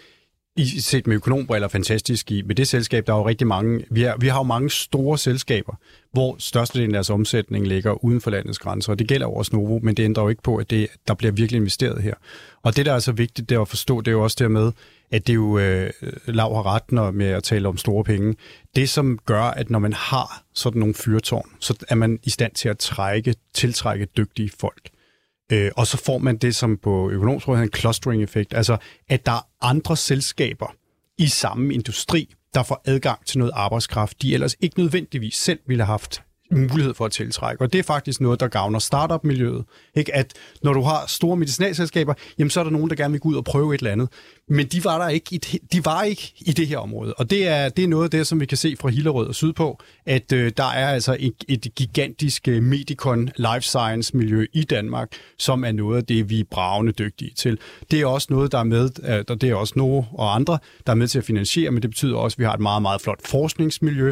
set med økonombriller fantastisk med det selskab. Der er jo rigtig mange, vi har jo mange store selskaber, hvor størstedelen af deres omsætning ligger uden for landets grænser, og det gælder også Novo, men det ændrer jo ikke på, at der bliver virkelig investeret her. Og det, der er så vigtigt, det er at forstå, det er jo også dermed, at det er jo Lav har ret med at tale om store penge. Det, som gør, at når man har sådan nogle fyrtårn, så er man i stand til at tiltrække dygtige folk. Og så får man det, som på økonomisk råd hedder en clustering-effekt, altså at der er andre selskaber i samme industri, der får adgang til noget arbejdskraft, de ellers ikke nødvendigvis selv ville have haft mulighed for at tiltrække. Og det er faktisk noget, der gavner startup-miljøet. Ikke? At når du har store medicinalselskaber, jamen så er der nogen, der gerne vil gå ud og prøve et eller andet. Men de var ikke i det her område. Og det er noget af det, som vi kan se fra Hillerød og sydpå, at der er altså et gigantisk Medicon life science miljø i Danmark, som er noget af det, vi er bravende dygtige til. Det er også noget, der er med, og det er også Novo og andre, der er med til at finansiere, men det betyder også, at vi har et meget, meget flot forskningsmiljø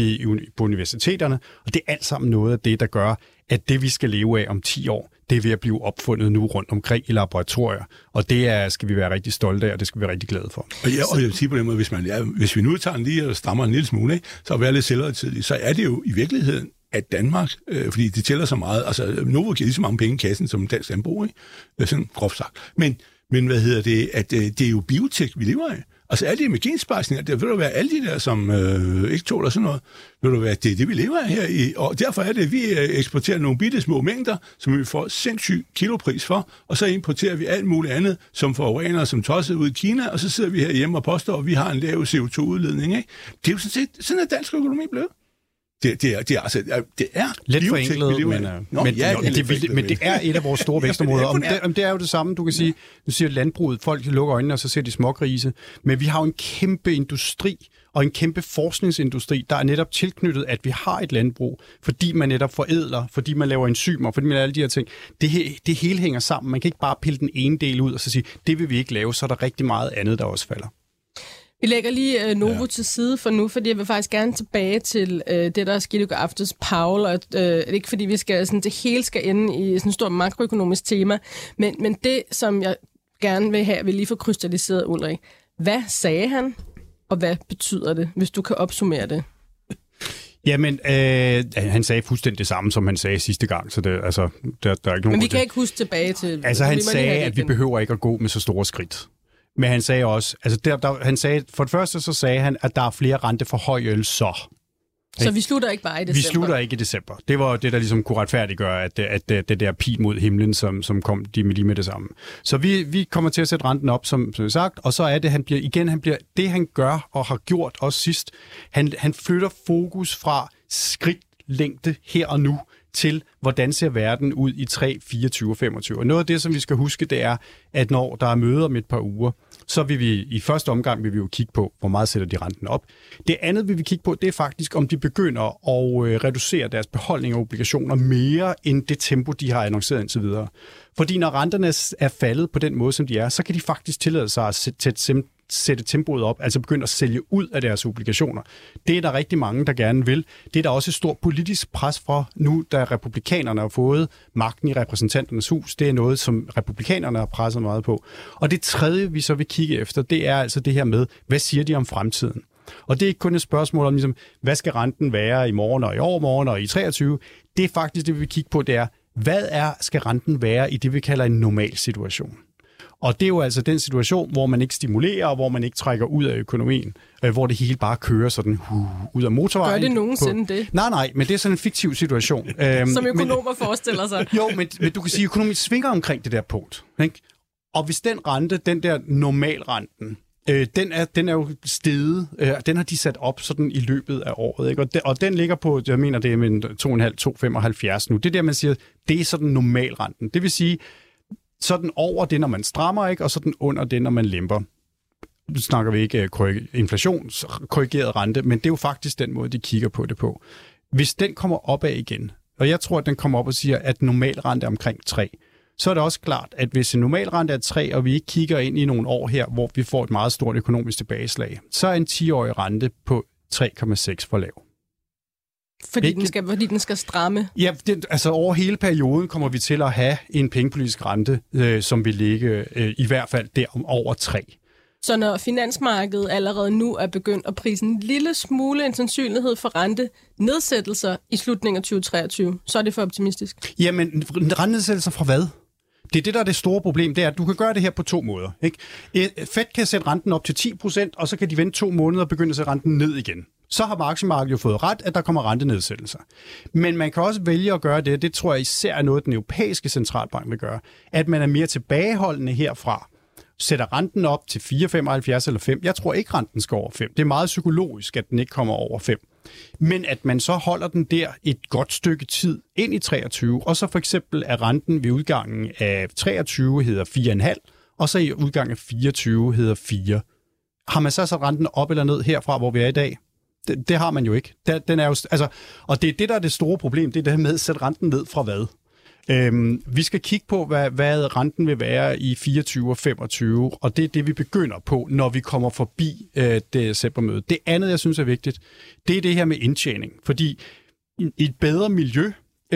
på universiteterne, og det er alt sammen noget af det, der gør, at det, vi skal leve af om 10 år, det er ved at blive opfundet nu rundt omkring i laboratorier. Og det skal vi være rigtig stolte af, og det skal vi være rigtig glade for. Og jeg vil sige på den måde, hvis vi nu tager den lige og strammer en lille smule, ikke, så at være lidt selvrettidigt, så er det jo i virkeligheden, at Danmark, fordi det tæller så meget, altså Novo giver lige så mange penge i kassen som dansk landbrug, ikke? Sådan groft sagt. Men at det er jo biotek, vi lever af. Altså alle de med gensplejsninger, det vil jo være alle de der, som ikke tåler sådan noget, vil jo være det vi lever af her i, og derfor er det, at vi eksporterer nogle bitte små mængder, som vi får sindssyg kilopris for, og så importerer vi alt muligt andet, som forurener, som tosset ud i Kina, og så sidder vi herhjemme og påstår, at vi har en lav CO2-udledning, ikke? Det er jo sådan er dansk økonomi blevet. Det er lidt forenklet, men det er et af vores store vækstområder. Det er jo det samme, du kan sige. Du siger landbruget, folk lukker øjnene, og så ser de smågrise. Men vi har jo en kæmpe industri, og en kæmpe forskningsindustri, der er netop tilknyttet, at vi har et landbrug, fordi man netop forædler, fordi man laver enzymer, fordi man laver alle de her ting. Det hele hænger sammen. Man kan ikke bare pille den ene del ud og så sige, det vil vi ikke lave, så er der rigtig meget andet, der også falder. Vi lægger lige Novo til side for nu, fordi jeg vil faktisk gerne tilbage til det, der er sket i går aftes, Paul. Og, ikke fordi vi skal, sådan, det hele skal ende i sådan et stort makroøkonomisk tema, men det, som jeg gerne vil have, vil lige få krystalliseret, Ulrik. Hvad sagde han, og hvad betyder det, hvis du kan opsummere det? Jamen, han sagde fuldstændig det samme, som han sagde sidste gang, så der er ikke nogen. Men vi kan ikke huske tilbage til... Altså, han sagde, at vi behøver ikke at gå med så store skridt. Men han sagde også, for det første så sagde han, at der er flere renteforhøjelser. Så vi slutter ikke bare i december? Vi slutter ikke i december. Det var det, der ligesom kunne retfærdiggøre, at det der pil mod himlen, som kom lige med det samme. Så vi kommer til at sætte renten op, som sagt, og så er det, det han gør og har gjort også sidst, han flytter fokus fra skridtlængde her og nu til, hvordan ser verden ud i 3, 24, 25. Og noget af det, som vi skal huske, det er, at når der er møder om et par uger, så vil vi i første omgang jo kigge på, hvor meget sætter de renten op. Det andet, vi vil kigge på, det er faktisk, om de begynder at reducere deres beholdning af obligationer mere end det tempo, de har annonceret indtil videre. Fordi når renterne er faldet på den måde, som de er, så kan de faktisk tillade sig at sætte tempoet op, altså begynde at sælge ud af deres obligationer. Det er der rigtig mange, der gerne vil. Det er der også et stort politisk pres for nu, da republikanerne har fået magten i repræsentanternes hus. Det er noget, som republikanerne har presset meget på. Og det tredje, vi så vil kigge efter, det er altså det her med, hvad siger de om fremtiden? Og det er ikke kun et spørgsmål om, ligesom, hvad skal renten være i morgen og i overmorgen og i 23. Det er faktisk det, vi vil kigge på, det er, skal renten være i det, vi kalder en normal situation? Og det er jo altså den situation, hvor man ikke stimulerer, og hvor man ikke trækker ud af økonomien, hvor det hele bare kører sådan ud af motorvejen. Gør det nogensinde det? Nej, men det er sådan en fiktiv situation. Som økonomer forestiller sig. Jo, men du kan sige, at økonomien svinger omkring det der punkt. Ikke? Og hvis den rente, den der normalrenten, den er jo steget. Den har de sat op sådan i løbet af året. Ikke? Og den ligger på, jeg mener, det er med 2,5-2,75 nu. Det er der, man siger, det er sådan normalrenten. Det vil sige, sådan over det, når man strammer, ikke, og sådan under det, når man lemper. Nu snakker vi ikke inflationskorrigeret rente, men det er jo faktisk den måde, de kigger på det på. Hvis den kommer opad igen, og jeg tror, at den kommer op og siger, at normalrente er omkring 3, så er det også klart, at hvis en normalrente er 3, og vi ikke kigger ind i nogle år her, hvor vi får et meget stort økonomisk tilbageslag, så er en 10-årig rente på 3,6 for lav. Fordi den skal stramme? Ja, altså over hele perioden kommer vi til at have en pengepolitisk rente, som vil ligge i hvert fald der om over 3. Så når finansmarkedet allerede nu er begyndt at prise en lille smule en sandsynlighed for rentenedsættelser i slutningen af 2023, så er det for optimistisk? Jamen, rentenedsættelser fra hvad? Det er det, der er det store problem, det er, at du kan gøre det her på 2 måder. Ikke? Fed kan sætte renten op til 10%, og så kan de vente 2 måneder og begynde at sætte renten ned igen. Så har aktiemarkedet jo fået ret, at der kommer rentenedsættelser. Men man kan også vælge at gøre det tror jeg især er noget, den europæiske centralbank vil gøre, at man er mere tilbageholdende herfra, sætter renten op til 4,75 eller 5. Jeg tror ikke, renten skal over 5. Det er meget psykologisk, at den ikke kommer over 5. Men at man så holder den der et godt stykke tid ind i 23, og så for eksempel er renten ved udgangen af 23 hedder 4,5, og så i udgangen af 24 hedder 4. Har man så sat renten op eller ned herfra, hvor vi er i dag? Det har man jo ikke. Den er jo, altså, og det er det, der er det store problem, det er det her med at sætte renten ned fra hvad? Vi skal kigge på, hvad renten vil være i 24 og 25, og det er det, vi begynder på, når vi kommer forbi det decembermøde. Det andet, jeg synes er vigtigt, det er det her med indtjening. Fordi i et bedre miljø,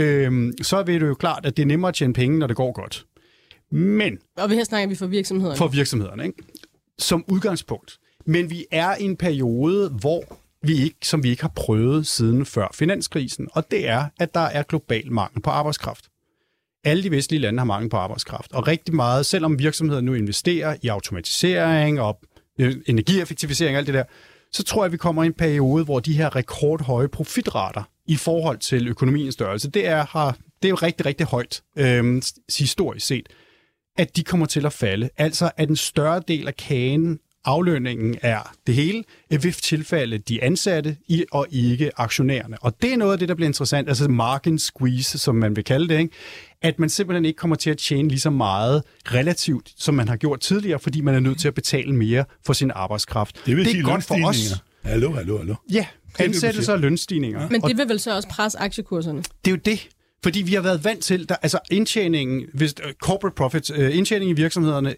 så er det jo klart, at det er nemmere at tjene penge, når det går godt. Men... Og her snakker vi for virksomhederne. For virksomhederne, ikke? Som udgangspunkt. Men vi er i en periode, hvor vi ikke har prøvet siden før finanskrisen, og det er, at der er global mangel på arbejdskraft. Alle de vestlige lande har mangel på arbejdskraft, og rigtig meget, selvom virksomheder nu investerer i automatisering og energieffektivisering og alt det der, så tror jeg, vi kommer i en periode, hvor de her rekordhøje profitrater i forhold til økonomiens størrelse, det er jo rigtig, rigtig højt historisk set, at de kommer til at falde. Altså, at en større del af kagen, aflønningen er det hele, vil tilfælde de ansatte og ikke aktionærerne. Og det er noget af det, der bliver interessant, altså margin squeeze, som man vil kalde det, ikke? At man simpelthen ikke kommer til at tjene lige så meget relativt, som man har gjort tidligere, fordi man er nødt til at betale mere for sin arbejdskraft. Det vil sige sige godt for os. Hallo. Ja, ansættelser og lønstigninger. Men det vil vel så også presse aktiekurserne? Det er jo det. Fordi vi har været vant til, altså indtjeningen, corporate profits, indtjeningen i virksomhederne,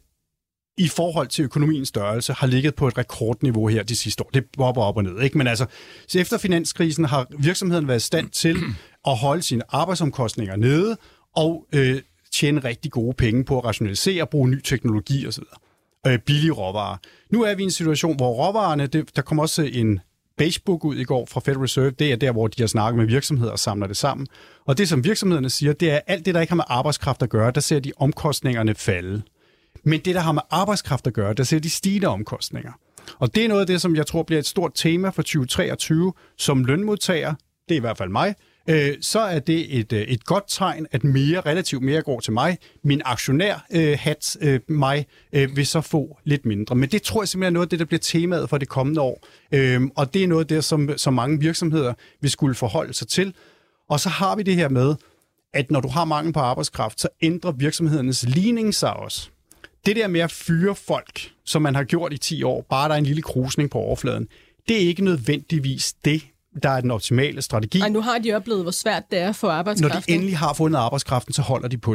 i forhold til økonomiens størrelse, har ligget på et rekordniveau her de sidste år. Det bobber op og ned, ikke? Men altså, så efter finanskrisen har virksomheden været i stand til at holde sine arbejdsomkostninger nede og tjene rigtig gode penge på at rationalisere, bruge ny teknologi osv. Billige råvarer. Nu er vi i en situation, hvor råvarerne, der kom også en Beigebook ud i går fra Federal Reserve, det er der, hvor de har snakket med virksomheder og samler det sammen. Og det, som virksomhederne siger, det er alt det, der ikke har med arbejdskraft at gøre, der ser de omkostningerne falde. Men det, der har med arbejdskraft at gøre, der ser de stigende omkostninger. Og det er noget af det, som jeg tror bliver et stort tema for 2023 som lønmodtager. Det er i hvert fald mig. Så er det et godt tegn, at relativt mere går til mig. Min aktionær mig vil så få lidt mindre. Men det tror jeg simpelthen er noget af det, der bliver temaet for det kommende år. Og det er noget af det, som mange virksomheder vil skulle forholde sig til. Og så har vi det her med, at når du har mangel på arbejdskraft, så ændrer virksomhedernes ligning sig også. Det der med at fyre folk, som man har gjort i 10 år, bare der er en lille krusning på overfladen, det er ikke nødvendigvis det, der er den optimale strategi. Ej, nu har de oplevet, hvor svært det er at få arbejdskraften. Når de endelig har fundet arbejdskraften, så holder de på den.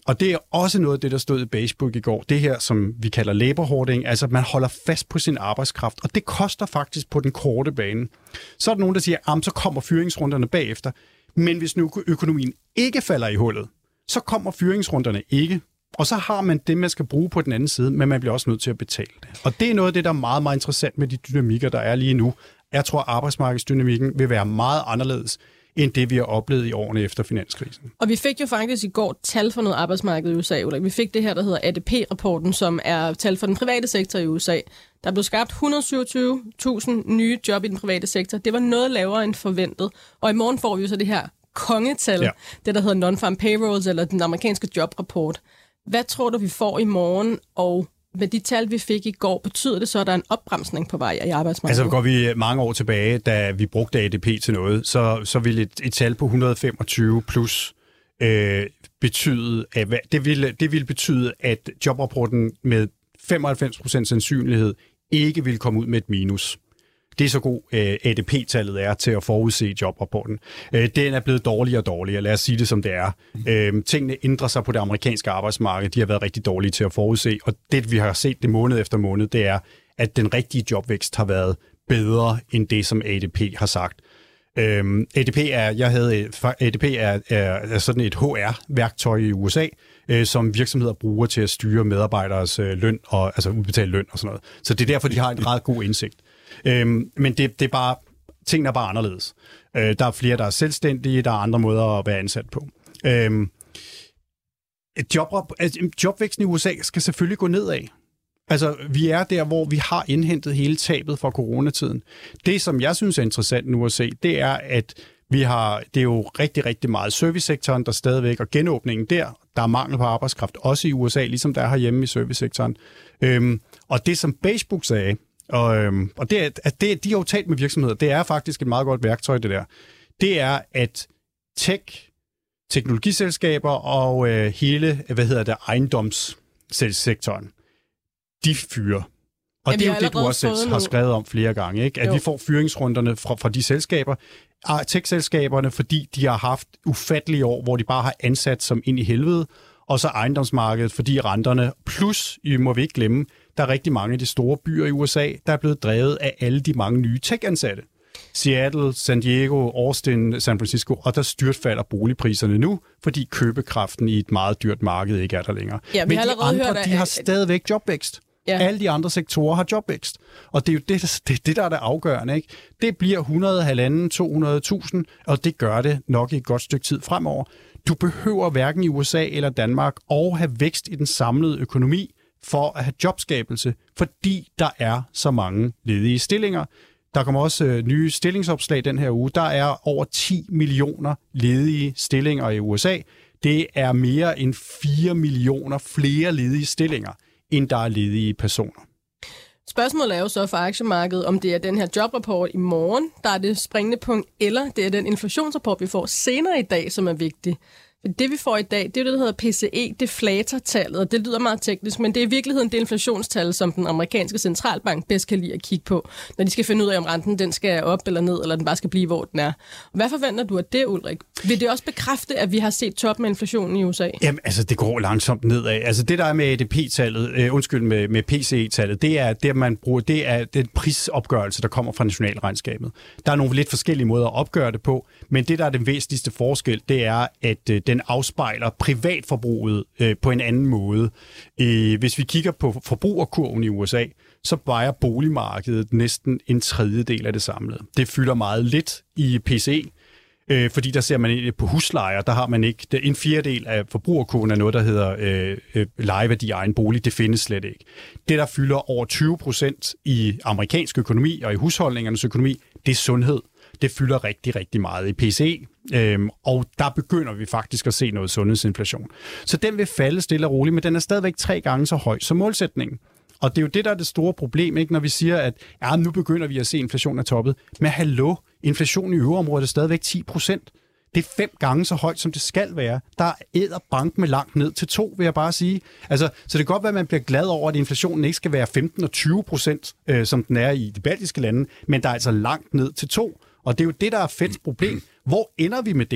Og det er også noget af det, der stod i Facebook i går. Det her, som vi kalder labor hoarding, altså man holder fast på sin arbejdskraft, og det koster faktisk på den korte bane. Så er der nogen, der siger, så kommer fyringsrunderne bagefter. Men hvis nu økonomien ikke falder i hullet, så kommer fyringsrunderne ikke. Og så har man det, man skal bruge på den anden side, men man bliver også nødt til at betale det. Og det er noget af det, der er meget, meget interessant med de dynamikker, der er lige nu. Jeg tror, at arbejdsmarkedsdynamikken vil være meget anderledes, end det, vi har oplevet i årene efter finanskrisen. Og vi fik jo faktisk i går tal for noget arbejdsmarked i USA. Vi fik det her, der hedder ADP-rapporten, som er tal for den private sektor i USA. Der blev skabt 127.000 nye job i den private sektor. Det var noget lavere end forventet. Og i morgen får vi jo så det her kongetal, det der hedder non-farm payrolls, eller den amerikanske jobrapport. Hvad tror du, vi får i morgen, og med de tal, vi fik i går, betyder det så, at der er en opbremsning på vej i arbejdsmarkedet? Altså går vi mange år tilbage, da vi brugte ADP til noget, så ville et tal på 125 plus betyde, at det ville betyde, at jobrapporten med 95% sandsynlighed ikke ville komme ud med et minus. Det er så god ADP-tallet er til at forudse jobrapporten. Den er blevet dårligere og dårligere, lad os sige det som det er. Tingene ændrer sig på det amerikanske arbejdsmarked, de har været rigtig dårlige til at forudse, og det vi har set det måned efter måned, det er, at den rigtige jobvækst har været bedre end det, som ADP har sagt. ADP er sådan et HR-værktøj i USA, som virksomheder bruger til at styre medarbejderes løn, og altså udbetale løn og sådan noget. Så det er derfor, de har en ret god indsigt. Men det er bare, tingene er bare anderledes. Der er flere, der er selvstændige, der er andre måder at være ansat på. Jobvæksten i USA skal selvfølgelig gå nedad. Altså, vi er der, hvor vi har indhentet hele tabet fra coronatiden. Det, som jeg synes er interessant nu at se, det er, at det er jo rigtig, rigtig meget servicesektoren, der stadigvæk, og genåbningen der er mangel på arbejdskraft, også i USA, ligesom der er herhjemme i servicesektoren. Og det, som Facebook sagde, og de har jo talt med virksomheder, det er faktisk et meget godt værktøj, det der. Det er, at teknologiselskaber og hele, ejendomssektoren, de fyrer. Og det er jo det, du også selv har skrevet om flere gange, ikke? At vi får fyringsrunderne fra de selskaber, tech-selskaberne, fordi de har haft ufattelige år, hvor de bare har ansat som ind i helvede, og så ejendomsmarkedet, fordi renterne, plus, må vi ikke glemme, der er rigtig mange af de store byer i USA, der er blevet drevet af alle de mange nye tech-ansatte. Seattle, San Diego, Austin, San Francisco, og der styrtfalder boligpriserne nu, fordi købekraften i et meget dyrt marked ikke er der længere. Ja, men de andre, de har stadigvæk jobvækst. Ja. Alle de andre sektorer har jobvækst. Og det er jo det der er det afgørende, ikke? Det bliver 200.000, og det gør det nok i et godt stykke tid fremover. Du behøver hverken i USA eller Danmark at have vækst i den samlede økonomi for at have jobskabelse, fordi der er så mange ledige stillinger. Der kommer også nye stillingsopslag den her uge. Der er over 10 millioner ledige stillinger i USA. Det er mere end 4 millioner flere ledige stillinger, end der er ledige personer. Spørgsmålet er jo så for aktiemarkedet, om det er den her jobrapport i morgen, der er det springende punkt, eller det er den inflationsrapport, vi får senere i dag, som er vigtig. Det, vi får i dag, det er det, der hedder PCE-deflatortallet, og det lyder meget teknisk, men det er i virkeligheden det inflationstal, som den amerikanske centralbank bedst kan lide at kigge på, når de skal finde ud af, om renten den skal op eller ned, eller den bare skal blive, hvor den er. Hvad forventer du af det, Ulrik? Vil det også bekræfte, at vi har set top med inflationen i USA? Jamen, altså, det går langsomt nedad. Altså, det der er med ADP-tallet, med PCE-tallet, det er det, man bruger, det er den prisopgørelse, der kommer fra nationalregnskabet. Der er nogle lidt forskellige måder at opgøre det på, men det, der er den væsentligste forskel, det er, at den afspejler privatforbruget på en anden måde. Hvis vi kigger på forbrugerkurven i USA, så vejer boligmarkedet næsten en tredjedel af det samlede. Det fylder meget lidt i PCE, fordi der ser man på huslejer, der har man ikke. En fjerdedel af forbrugerkurven er noget, der hedder lejeværdi egen bolig. Det findes slet ikke. Det, der fylder over 20% i amerikansk økonomi og i husholdningernes økonomi, det er sundhed. Det fylder rigtig, rigtig meget i PCE, og der begynder vi faktisk at se noget sundhedsinflation. Så den vil falde stille og roligt, men den er stadigvæk 3 gange så høj som målsætningen. Og det er jo det, der er det store problem, ikke? Når vi siger, at nu begynder vi at se inflationen af toppet. Men hallo, inflationen i øvreområdet er stadigvæk 10%. Det er 5 gange så højt, som det skal være. Der æder bank med langt ned til 2, vil jeg bare sige. Altså, så det kan godt være, at man bliver glad over, at inflationen ikke skal være 15 og 20%, som den er i de baltiske lande, men der er altså langt ned til 2. Og det er jo det, der er Feds problem. Hvor ender vi med det her?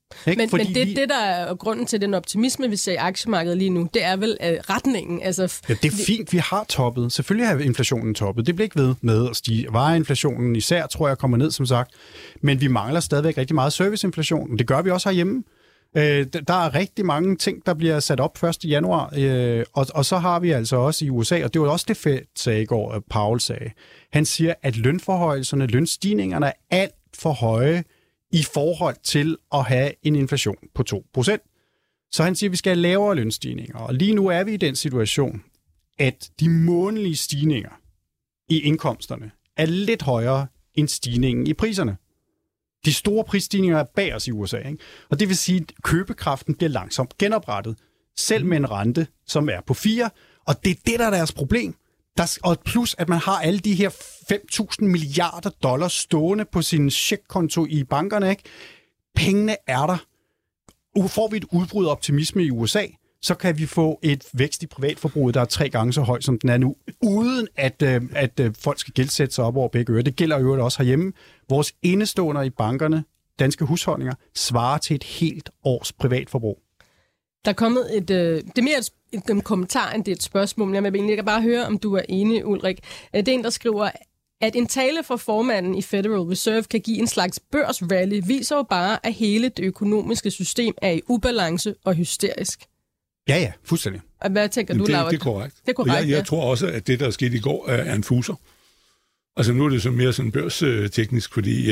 Ikke? Men det, der er grunden til den optimisme, vi ser i aktiemarkedet lige nu, det er vel retningen. Altså, ja, det er fint, vi har toppet. Selvfølgelig har inflationen toppet. Det bliver ikke ved med at stige. Vareinflationen især, tror jeg, kommer ned, som sagt. Men vi mangler stadigvæk rigtig meget serviceinflation. Det gør vi også herhjemme. Der er rigtig mange ting, der bliver sat op 1. januar, og så har vi altså også i USA, og det var også det Fed sagde i går, at Powell sagde. Han siger, at lønforhøjelserne, lønstigningerne er alt for høje i forhold til at have en inflation på 2%. Så han siger, at vi skal have lavere lønstigninger, og lige nu er vi i den situation, at de månedlige stigninger i indkomsterne er lidt højere end stigningen i priserne. De store prisstigninger er bag os i USA, ikke? Og det vil sige, at købekraften bliver langsomt genoprettet, selv med en rente, som er på 4, og det er det, der er deres problem. Og plus, at man har alle de her 5.000 milliarder dollars stående på sin checkkonto i bankerne, ikke? Pengene er der. Får vi et udbrud af optimisme i USA, så kan vi få et vækst i privatforbruget, der er 3 gange så højt, som den er nu, uden at folk skal gældsætte sig op over begge ører. Det gælder jo også herhjemme. Vores indeståender i bankerne, danske husholdninger, svarer til et helt års privatforbrug. Der er kommet det er mere en kommentar, end det er et spørgsmål, men jeg vil egentlig bare høre, om du er enig, Ulrik. Det er en, der skriver, at en tale fra formanden i Federal Reserve kan give en slags børsrally, viser jo bare, at hele det økonomiske system er i ubalance og hysterisk. Ja, fuldstændig. Og hvad tænker du, Laura? Det er korrekt. Det er korrekt, jeg tror også, at det, der skete i går, er en fuser. Altså nu er det så mere sådan børsteknisk, fordi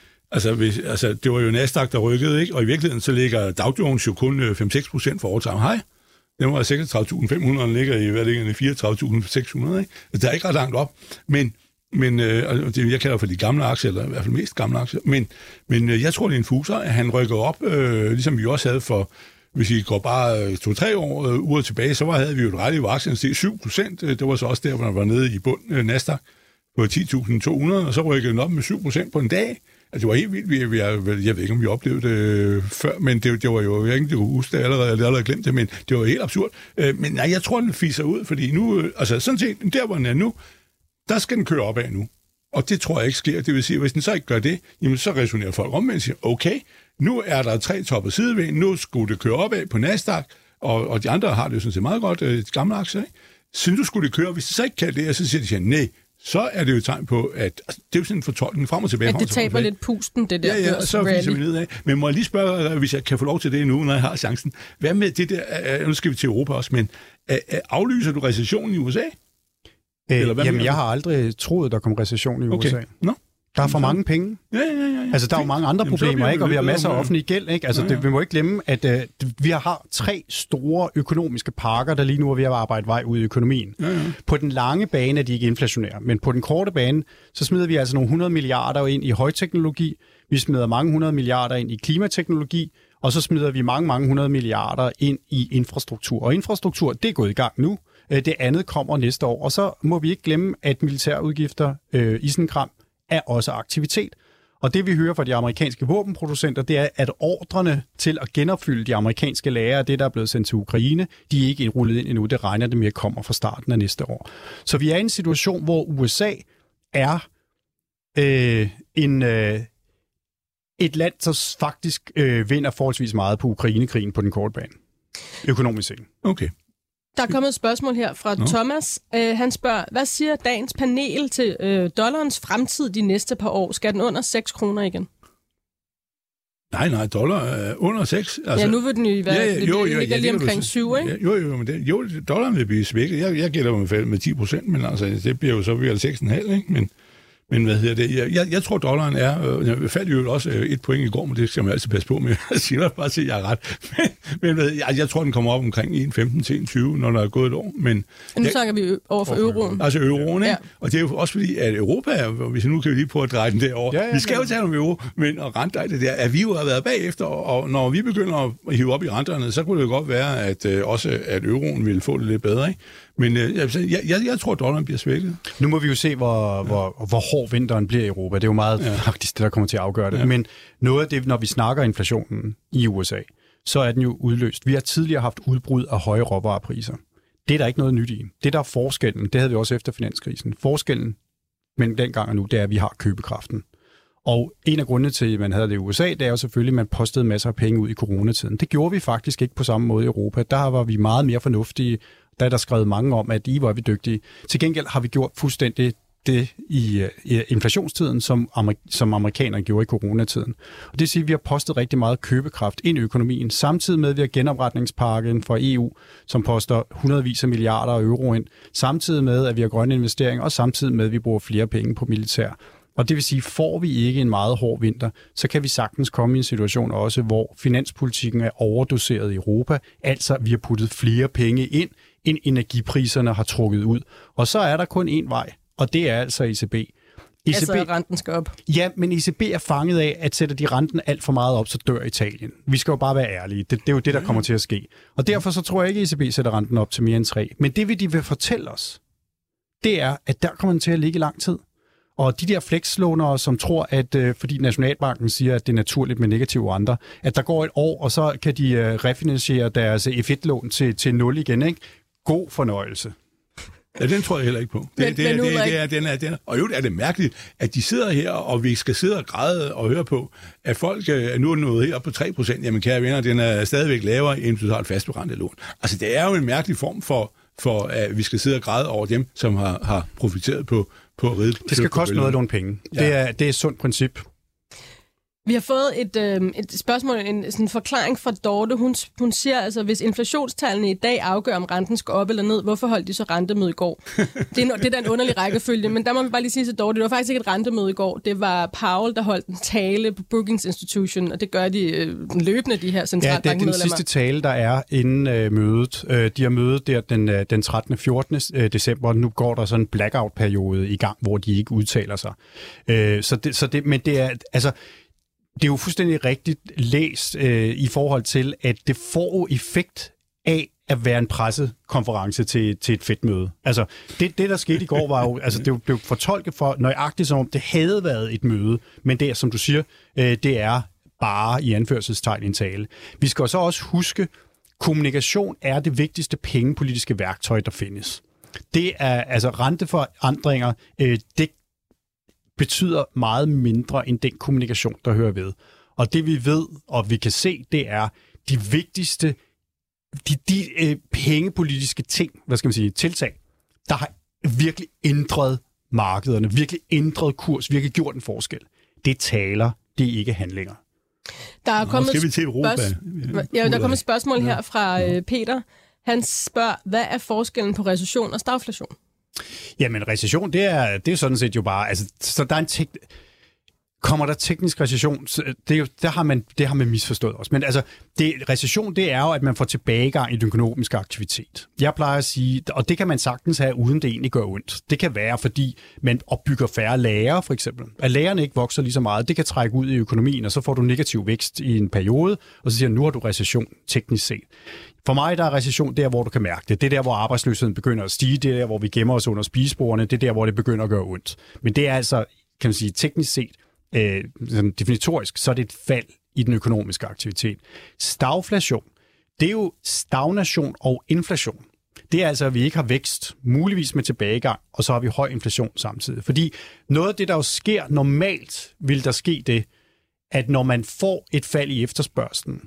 det var jo Nasdaq, der rykkede, ikke? Og i virkeligheden så ligger Dow Jones jo kun 5-6% for all-time high. Den var 36.500, den ligger i 34.600, ikke? Det er ikke ret langt op, men jeg kalder for de gamle aktier, eller i hvert fald mest gamle aktier, men jeg tror, det er en fuser, at han rykker op, ligesom vi også havde for, hvis vi går bare 2-3 år tilbage, så havde vi jo et rally, hvor aktien steg 7%. Det var så også der, hvor man var nede i bund Nasdaq på 10.200, og så rykkede den op med 7% på en dag. Altså, det var helt vildt. Jeg ved ikke, om vi oplevede det før, men det var jo, jeg ikke huske det allerede glemt det, men det var helt absurd. Men nej, jeg tror, den fiser ud, fordi nu, altså sådan set, der hvor den er nu, der skal den køre opad nu. Og det tror jeg ikke sker. Det vil sige, at hvis den så ikke gør det, jamen så resonerer folk omvendt og siger, okay, nu er der 3 topper sidevæg, nu skulle det køre opad på Nasdaq, og de andre har det jo sådan set meget godt, de gamle aktier, ikke? Siden du skulle det køre, hvis det så ikke kan det, så siger de, nej, så er det jo et tegn på, at altså, det er jo sådan en fortolkning frem og tilbage. At det taber lidt pusten, det der ja, så fiser vi nedad. Men må jeg lige spørge, hvis jeg kan få lov til det nu, når jeg har chancen. Hvad med det der, nu skal vi til Europa også, men aflyser du recessionen i USA? Jamen, jeg har aldrig troet, der kom recession i USA. No. Der er for mange penge. Ja. Altså, der er jo mange andre problemer, ikke? Og vi har masser af offentlig gæld, ikke? Altså, vi må ikke glemme, at vi har 3 store økonomiske pakker, der lige nu er ved at arbejde vej ud i økonomien. Ja. På den lange bane er de ikke inflationære, men på den korte bane, så smider vi altså nogle 100 milliarder ind i højteknologi, vi smider mange 100 milliarder ind i klimateknologi, og så smider vi mange 100 milliarder ind i infrastruktur. Og infrastruktur, det er gået i gang nu. Det andet kommer næste år. Og så må vi ikke glemme, at militærudgifter i sådan en kram er også aktivitet. Og det vi hører fra de amerikanske våbenproducenter, det er, at ordrene til at genopfylde de amerikanske lagre, det der er blevet sendt til Ukraine, de er ikke rullet ind endnu. Det regner det med at komme fra starten af næste år. Så vi er i en situation, hvor USA er et land, der faktisk vinder forholdsvis meget på Ukrainekrigen på den korte bane. Økonomisk set. Okay. Der er kommet et spørgsmål her fra Thomas. Han spørger, hvad siger dagens panel til dollarens fremtid de næste par år? Skal den under 6 kroner igen? Nej, dollar er under 6. Altså, ja, nu vil den jo være ligger lige omkring 7, ikke? Jo, men dollaren vil blive svækket. Jeg gætter mig falde med 10%, men altså, det bliver jo så ved 6,5, ikke? Men hvad hedder det? Jeg tror, dollaren er... Jeg faldt jo også 1 point i går, men det skal man altid passe på med. Jeg siger bare til, at jeg er ret. Men jeg tror, den kommer op omkring 1,15 til 1,20, når der er gået et år. Men nu snakker vi over for euroen. Altså euroen, ikke? Ja. Og det er jo også fordi, at Europa, hvis nu kan vi lige prøve at dreje den derover. Ja, vi skal jo tale om euro, men at rente det der, at vi jo har været bagefter, og når vi begynder at hive op i renterne, så kunne det jo godt være, at også at euroen ville få det lidt bedre, ikke? Men jeg tror, at dollaren bliver svækket. Nu må vi jo se, hvor hård vinteren bliver i Europa. Det er jo meget faktisk det, der kommer til at afgøre det. Ja. Men noget af det, når vi snakker inflationen i USA, så er den jo udløst. Vi har tidligere haft udbrud af høje råvarepriser. Det er der ikke noget nyt i. Det, der er forskellen, det havde vi også efter finanskrisen. Forskellen mellem dengang og nu, det er, at vi har købekraften. Og en af grundene til, at man havde det i USA, det er jo selvfølgelig, at man postede masser af penge ud i coronatiden. Det gjorde vi faktisk ikke på samme måde i Europa. Der var vi meget mere fornuftige. Der er der skrevet mange om, at var vi dygtige. Til gengæld har vi gjort fuldstændig det i inflationstiden, som amerikanerne gjorde i coronatiden. Og det vil sige, at vi har postet rigtig meget købekraft ind i økonomien, samtidig med, at vi har genopretningspakken fra EU, som poster hundredvis af milliarder euro ind, samtidig med, at vi har grønne investeringer, og samtidig med, at vi bruger flere penge på militær. Og det vil sige, får vi ikke en meget hård vinter, så kan vi sagtens komme i en situation også, hvor finanspolitikken er overdoseret i Europa, altså vi har puttet flere penge ind, end energipriserne har trukket ud. Og så er der kun én vej, og det er altså ECB. Altså renten skal op. Ja, men ECB er fanget af, at sætter de renten alt for meget op, så dør Italien. Vi skal jo bare være ærlige. Det er jo det, der kommer til at ske. Og derfor så tror jeg ikke, at ECB sætter renten op til mere end 3. Men det de vil fortælle os, det er, at der kommer den til at ligge i lang tid. Og de der flexlånere, som tror, at fordi Nationalbanken siger, at det er naturligt med negative renter, at der går et år, og så kan de refinansiere deres F1-lån til 0 igen, ikke? God fornøjelse. Ja, den tror jeg heller ikke på. Og jo, er det mærkeligt, at de sidder her, og vi skal sidde og græde og høre på, at folk nu er nået her på 3%. Jamen, kære venner, den er stadigvæk lavere, end du har et fastberentet lån. Altså, det er jo en mærkelig form for at vi skal sidde og græde over dem, som har profiteret på at ride. Det skal koste noget at låne penge. Ja. Det er et sundt princip. Vi har fået et spørgsmål, en forklaring fra Dorte. Hun siger altså, hvis inflationstallene i dag afgør, om renten skal op eller ned, hvorfor holdt de så rentemøde i går? Det er da en underlig rækkefølge, men der må vi bare lige sige til Dorte, det var faktisk ikke et rentemøde i går. Det var Powell, der holdt en tale på Brookings Institution, og det gør de løbende, de her centralbankmedlemmer. Ja, det er den sidste tale, der er inden mødet. De har mødet der den 13. og 14. december, og nu går der sådan en blackout-periode i gang, hvor de ikke udtaler sig. Men det er altså... Det er jo fuldstændig rigtigt læst i forhold til, at det får effekt af at være en pressekonference til et fedtmøde. Altså, det der skete i går, var jo, altså, det blev fortolket for nøjagtigt, som om det havde været et møde, men det er, som du siger, det er bare i anførselstegn en tale. Vi skal så også huske, kommunikation er det vigtigste pengepolitiske værktøj, der findes. Det er, altså, renteforandringer, det betyder meget mindre end den kommunikation, der hører ved. Og det vi ved, og vi kan se, det er de vigtigste, de pengepolitiske ting, tiltag, der har virkelig ændret markederne, virkelig ændret kurs, virkelig gjort en forskel. Det taler, det er ikke handlinger. Der er kommet skal vi til Europa? Der er kommet et spørgsmål her fra Peter. Han spørger, hvad er forskellen på recession og stagflation? Jamen, recession, det er sådan set jo bare... Altså, så der er kommer der teknisk recession, det har man misforstået også. Men altså, recession, det er jo, at man får tilbagegang i den økonomiske aktivitet. Jeg plejer at sige, og det kan man sagtens have, uden det egentlig gør ondt. Det kan være, fordi man opbygger færre lagre, for eksempel. At lagerne ikke vokser lige så meget, det kan trække ud i økonomien, og så får du negativ vækst i en periode, og så siger nu har du recession teknisk set. For mig der er recession der, hvor du kan mærke det. Det er der, hvor arbejdsløsheden begynder at stige. Det er der, hvor vi gemmer os under spisebordene. Det er der, hvor det begynder at gøre ondt. Men det er altså, kan man sige, teknisk set, definitorisk, så er det et fald i den økonomiske aktivitet. Stagflation, det er jo stagnation og inflation. Det er altså, at vi ikke har vækst, muligvis med tilbagegang, og så har vi høj inflation samtidig. Fordi noget af det, der jo sker normalt, vil der ske det, at når man får et fald i efterspørgslen,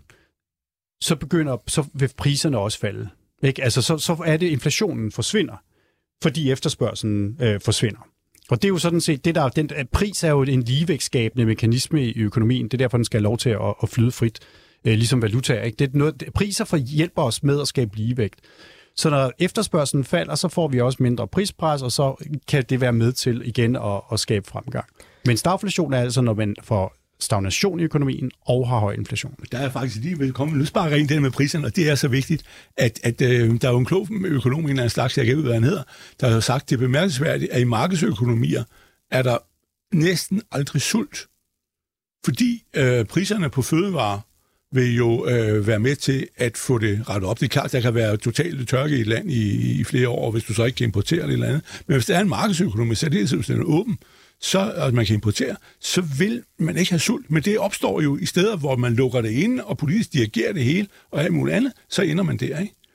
så vil priserne også falde. Ikke? Altså, så er det, inflationen forsvinder, fordi efterspørgselen forsvinder. Og det er jo sådan set, pris er jo en ligevægtskabende mekanisme i økonomien. Det er derfor, den skal have lov til at flyde frit, ligesom valutaer. Ikke? Det er noget, priser hjælper os med at skabe ligevægt. Så når efterspørgselen falder, så får vi også mindre prispres, og så kan det være med til igen at skabe fremgang. Men stagflation er altså, når man får stagnation i økonomien og har høj inflation. Der er faktisk lige velkommen løsbare rent det med priserne, og det er så vigtigt, at der er jo en klog økonom, en eller anden slags, jeg kan ikke ved, hvad han hedder, der har sagt, det er bemærkelsesværdigt, at i markedsøkonomier er der næsten aldrig sult, fordi priserne på fødevarer vil jo være med til at få det rettet op. Det er klart, der kan være totalt tørke i et land i flere år, hvis du så ikke kan importere det eller andet. Men hvis der er en markedsøkonomi, så er det simpelthen åben, så at man kan importere, så vil man ikke have sult. Men det opstår jo i steder, hvor man lukker det inde, og politisk dirigerer det hele, og alt muligt andet, så ender man der, ikke?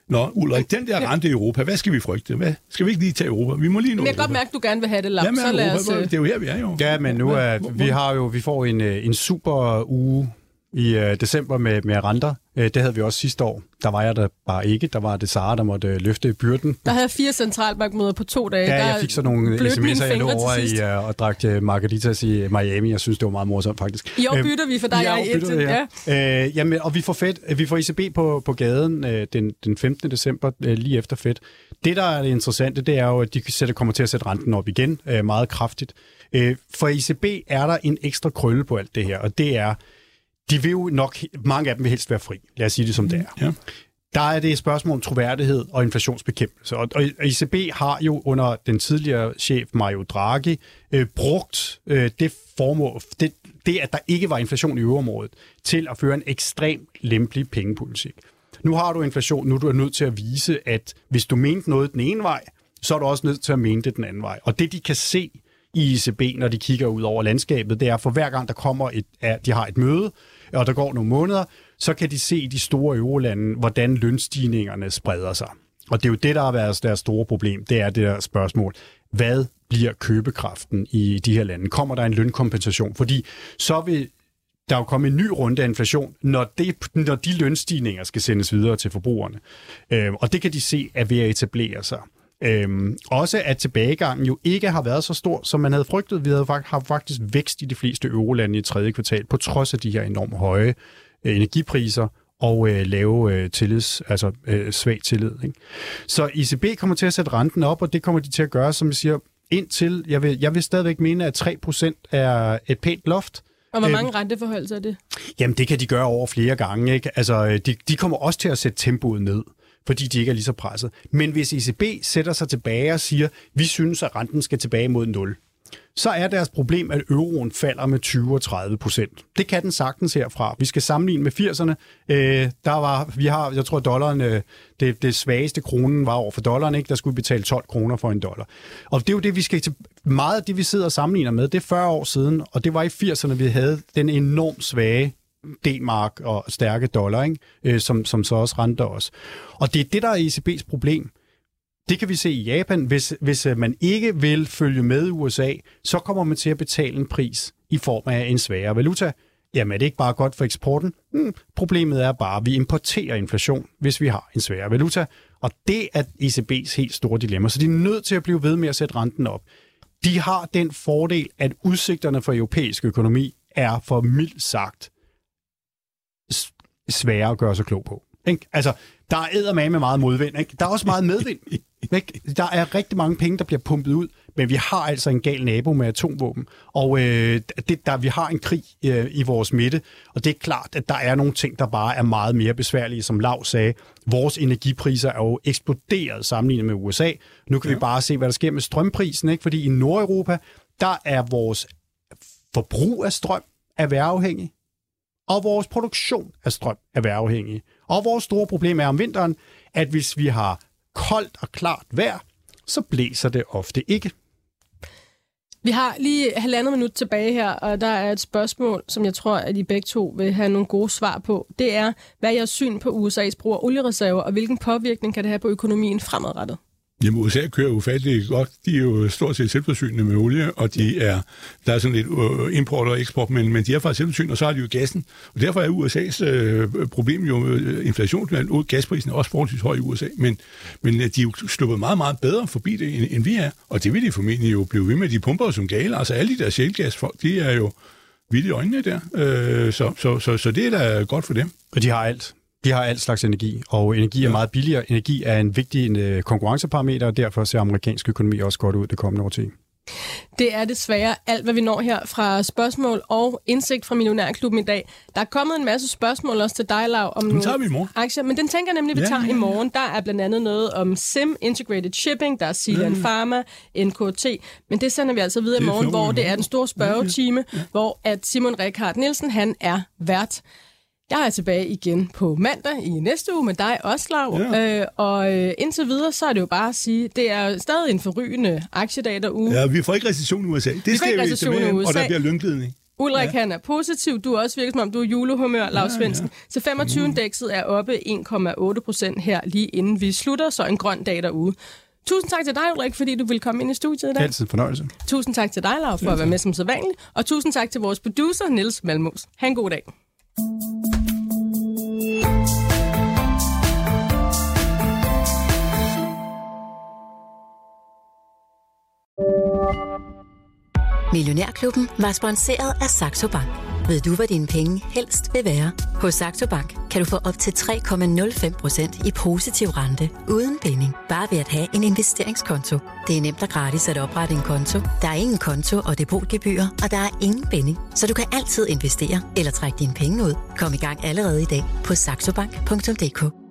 Nå, Ulrik, den der rente i Europa, hvad skal vi frygte? Hvad? Skal vi ikke lige tage Europa? Vi må lige nå Men jeg kan godt mærke, at du gerne vil have det lavt. Jamen, det er jo her, vi er jo. Ja, men nu vi får en super uge i december med renter. Det havde vi også sidste år. Der var jeg der bare ikke. Der var det Sara, der måtte løfte byrden. Der havde 4 centralbankmøder på 2 dage. Ja, jeg fik så nogle sms'er, jeg lå over i og drak margaritas i Miami. Jeg synes, det var meget morsomt, faktisk. I år bytter vi for dig, jeg er i Indien. Ja. Jamen, og vi får ECB på gaden den 15. december, lige efter Fed. Det, der er det interessante, det er jo, at de kommer til at sætte renten op igen, meget kraftigt. For ECB er der en ekstra krølle på alt det her, og det er, de vil jo nok, mange af dem vil helst være fri. Lad os sige det som det er. Ja. Der er det et spørgsmål om troværdighed og inflationsbekæmpelse. Og ECB har jo under den tidligere chef Mario Draghi brugt det formål, det, at der ikke var inflation i euroområdet, til at føre en ekstremt lempelig pengepolitik. Nu har du inflation, nu er du nødt til at vise, at hvis du mente noget den ene vej, så er du også nødt til at mene det den anden vej. Og det, de kan se i ECB, når de kigger ud over landskabet, det er, for hver gang der kommer de har et møde, og der går nogle måneder, så kan de se i de store eurolande, hvordan lønstigningerne spreder sig. Og det er jo det, der har været deres store problem. Det er det der spørgsmål. Hvad bliver købekraften i de her lande? Kommer der en lønkompensation? Fordi så vil der jo komme en ny runde af inflation, når de lønstigninger skal sendes videre til forbrugerne. Og det kan de se er ved at etablere sig. Også at tilbagegangen jo ikke har været så stor, som man havde frygtet. Vi har faktisk vækst i de fleste eurolande i 3. kvartal, på trods af de her enormt høje energipriser og lave svag tillid. Ikke? Så ECB kommer til at sætte renten op, og det kommer de til at gøre, som jeg siger, indtil, jeg vil stadigvæk mene, at 3% er et pænt loft. Og hvor mange renteforhold er det? Jamen, det kan de gøre over flere gange. Ikke? Altså, de kommer også til at sætte tempoet ned, fordi de ikke er lige så presset. Men hvis ECB sætter sig tilbage og siger, vi synes, at renten skal tilbage mod 0, så er deres problem, at euroen falder med 20-30%. Det kan den sagtens herfra. Vi skal sammenligne med 80'erne. Jeg tror, dollaren, det svageste kronen var over for dollaren, ikke? Der skulle vi betale 12 kroner for $1. Og det er jo det, vi skal til. Meget af det, vi sidder og sammenligner med, det er 40 år siden, og det var i 80'erne, vi havde den enormt svage D-mark og stærke dollar, ikke? Som så også renter os. Og det er det, der er ECB's problem. Det kan vi se i Japan. Hvis man ikke vil følge med USA, så kommer man til at betale en pris i form af en svagere valuta. Jamen er det ikke bare godt for eksporten? Problemet er bare, at vi importerer inflation, hvis vi har en svagere valuta. Og det er ECB's helt store dilemma. Så de er nødt til at blive ved med at sætte renten op. De har den fordel, at udsigterne for europæisk økonomi er for mildt sagt svære at gøre sig klog på. Ikke? Altså, der er eddermame med meget modvind. Ikke? Der er også meget medvind. Ikke? Der er rigtig mange penge, der bliver pumpet ud, men vi har altså en gal nabo med atomvåben. Og vi har en krig i vores midte, og det er klart, at der er nogle ting, der bare er meget mere besværlige. Som Lav sagde, vores energipriser er jo eksploderet sammenlignet med USA. Nu kan vi bare se, hvad der sker med strømprisen, ikke? Fordi i Nordeuropa, der er vores forbrug af strøm erhvervsafhængig, og vores produktion af strøm er erhvervsafhængig. Og vores store problem er om vinteren, at hvis vi har koldt og klart vejr, så blæser det ofte ikke. Vi har lige 1,5 minut tilbage her, og der er et spørgsmål, som jeg tror, at I begge to vil have nogle gode svar på. Det er, hvad er jeres syn på USA's brug af oliereserver, og hvilken påvirkning kan det have på økonomien fremadrettet? Jamen, USA kører ufatteligt godt. De er jo stort set selvforsynende med olie, og der er sådan lidt import og eksport, men de er faktisk selvforsynende, og så har de jo gassen. Og derfor er USA's problem jo inflation. Gasprisen er også forholdsvis høj i USA, men de er jo sluppet meget, meget bedre forbi det, end vi er. Og det vil de formentlig jo blive ved med. De pumper som gale. Altså alle de der shale-gasfolk, de er jo vildt i øjnene der. Så det er da godt for dem. Og de har alt. De har alt slags energi, og energi er meget billigere. Energi er en vigtig konkurrenceparameter, og derfor ser amerikansk økonomi også godt ud det kommende årti. Det er desværre alt, hvad vi når her fra spørgsmål og indsigt fra Millionærklubben i dag. Der er kommet en masse spørgsmål også til dig, Lav, om nogle aktier, men den tænker jeg nemlig, vi tager i morgen. Der er blandt andet noget om SIM, Integrated Shipping, der er Zealand Pharma, NKT, men det sender vi altså videre i morgen, hvor det er den store spørgetime, hvor at Simon Rekard Nielsen, han er vært. Jeg er tilbage igen på mandag i næste uge med dig også, Lav. Ja. Og indtil videre, så er det jo bare at sige, det er stadig en forrygende aktiedag derude. Ja, vi får ikke recession i USA. Det skal vi til med, og der bliver lønglidning. Ulrik, han er positiv. Du er også virket som om, du er julehumør, Lars Svendsen. Så 25-indekset er oppe 1,8% her lige inden vi slutter, så en grøn dag derude. Tusind tak til dig, Ulrik, fordi du ville komme ind i studiet i dag. Altid fornøjelse. Tusind tak til dig, Laura, for at være med som sædvanligt. Og tusind tak til vores producer, Niels Malmos. Ha' en god dag. Millionærklubben var sponsoreret af Saxo Bank. Ved du, hvad dine penge helst vil være? Hos Saxo Bank kan du få op til 3,05% i positiv rente uden binding. Bare ved at have en investeringskonto. Det er nemt og gratis at oprette en konto. Der er ingen konto og depotgebyrer, og der er ingen binding. Så du kan altid investere eller trække dine penge ud. Kom i gang allerede i dag på saxobank.dk.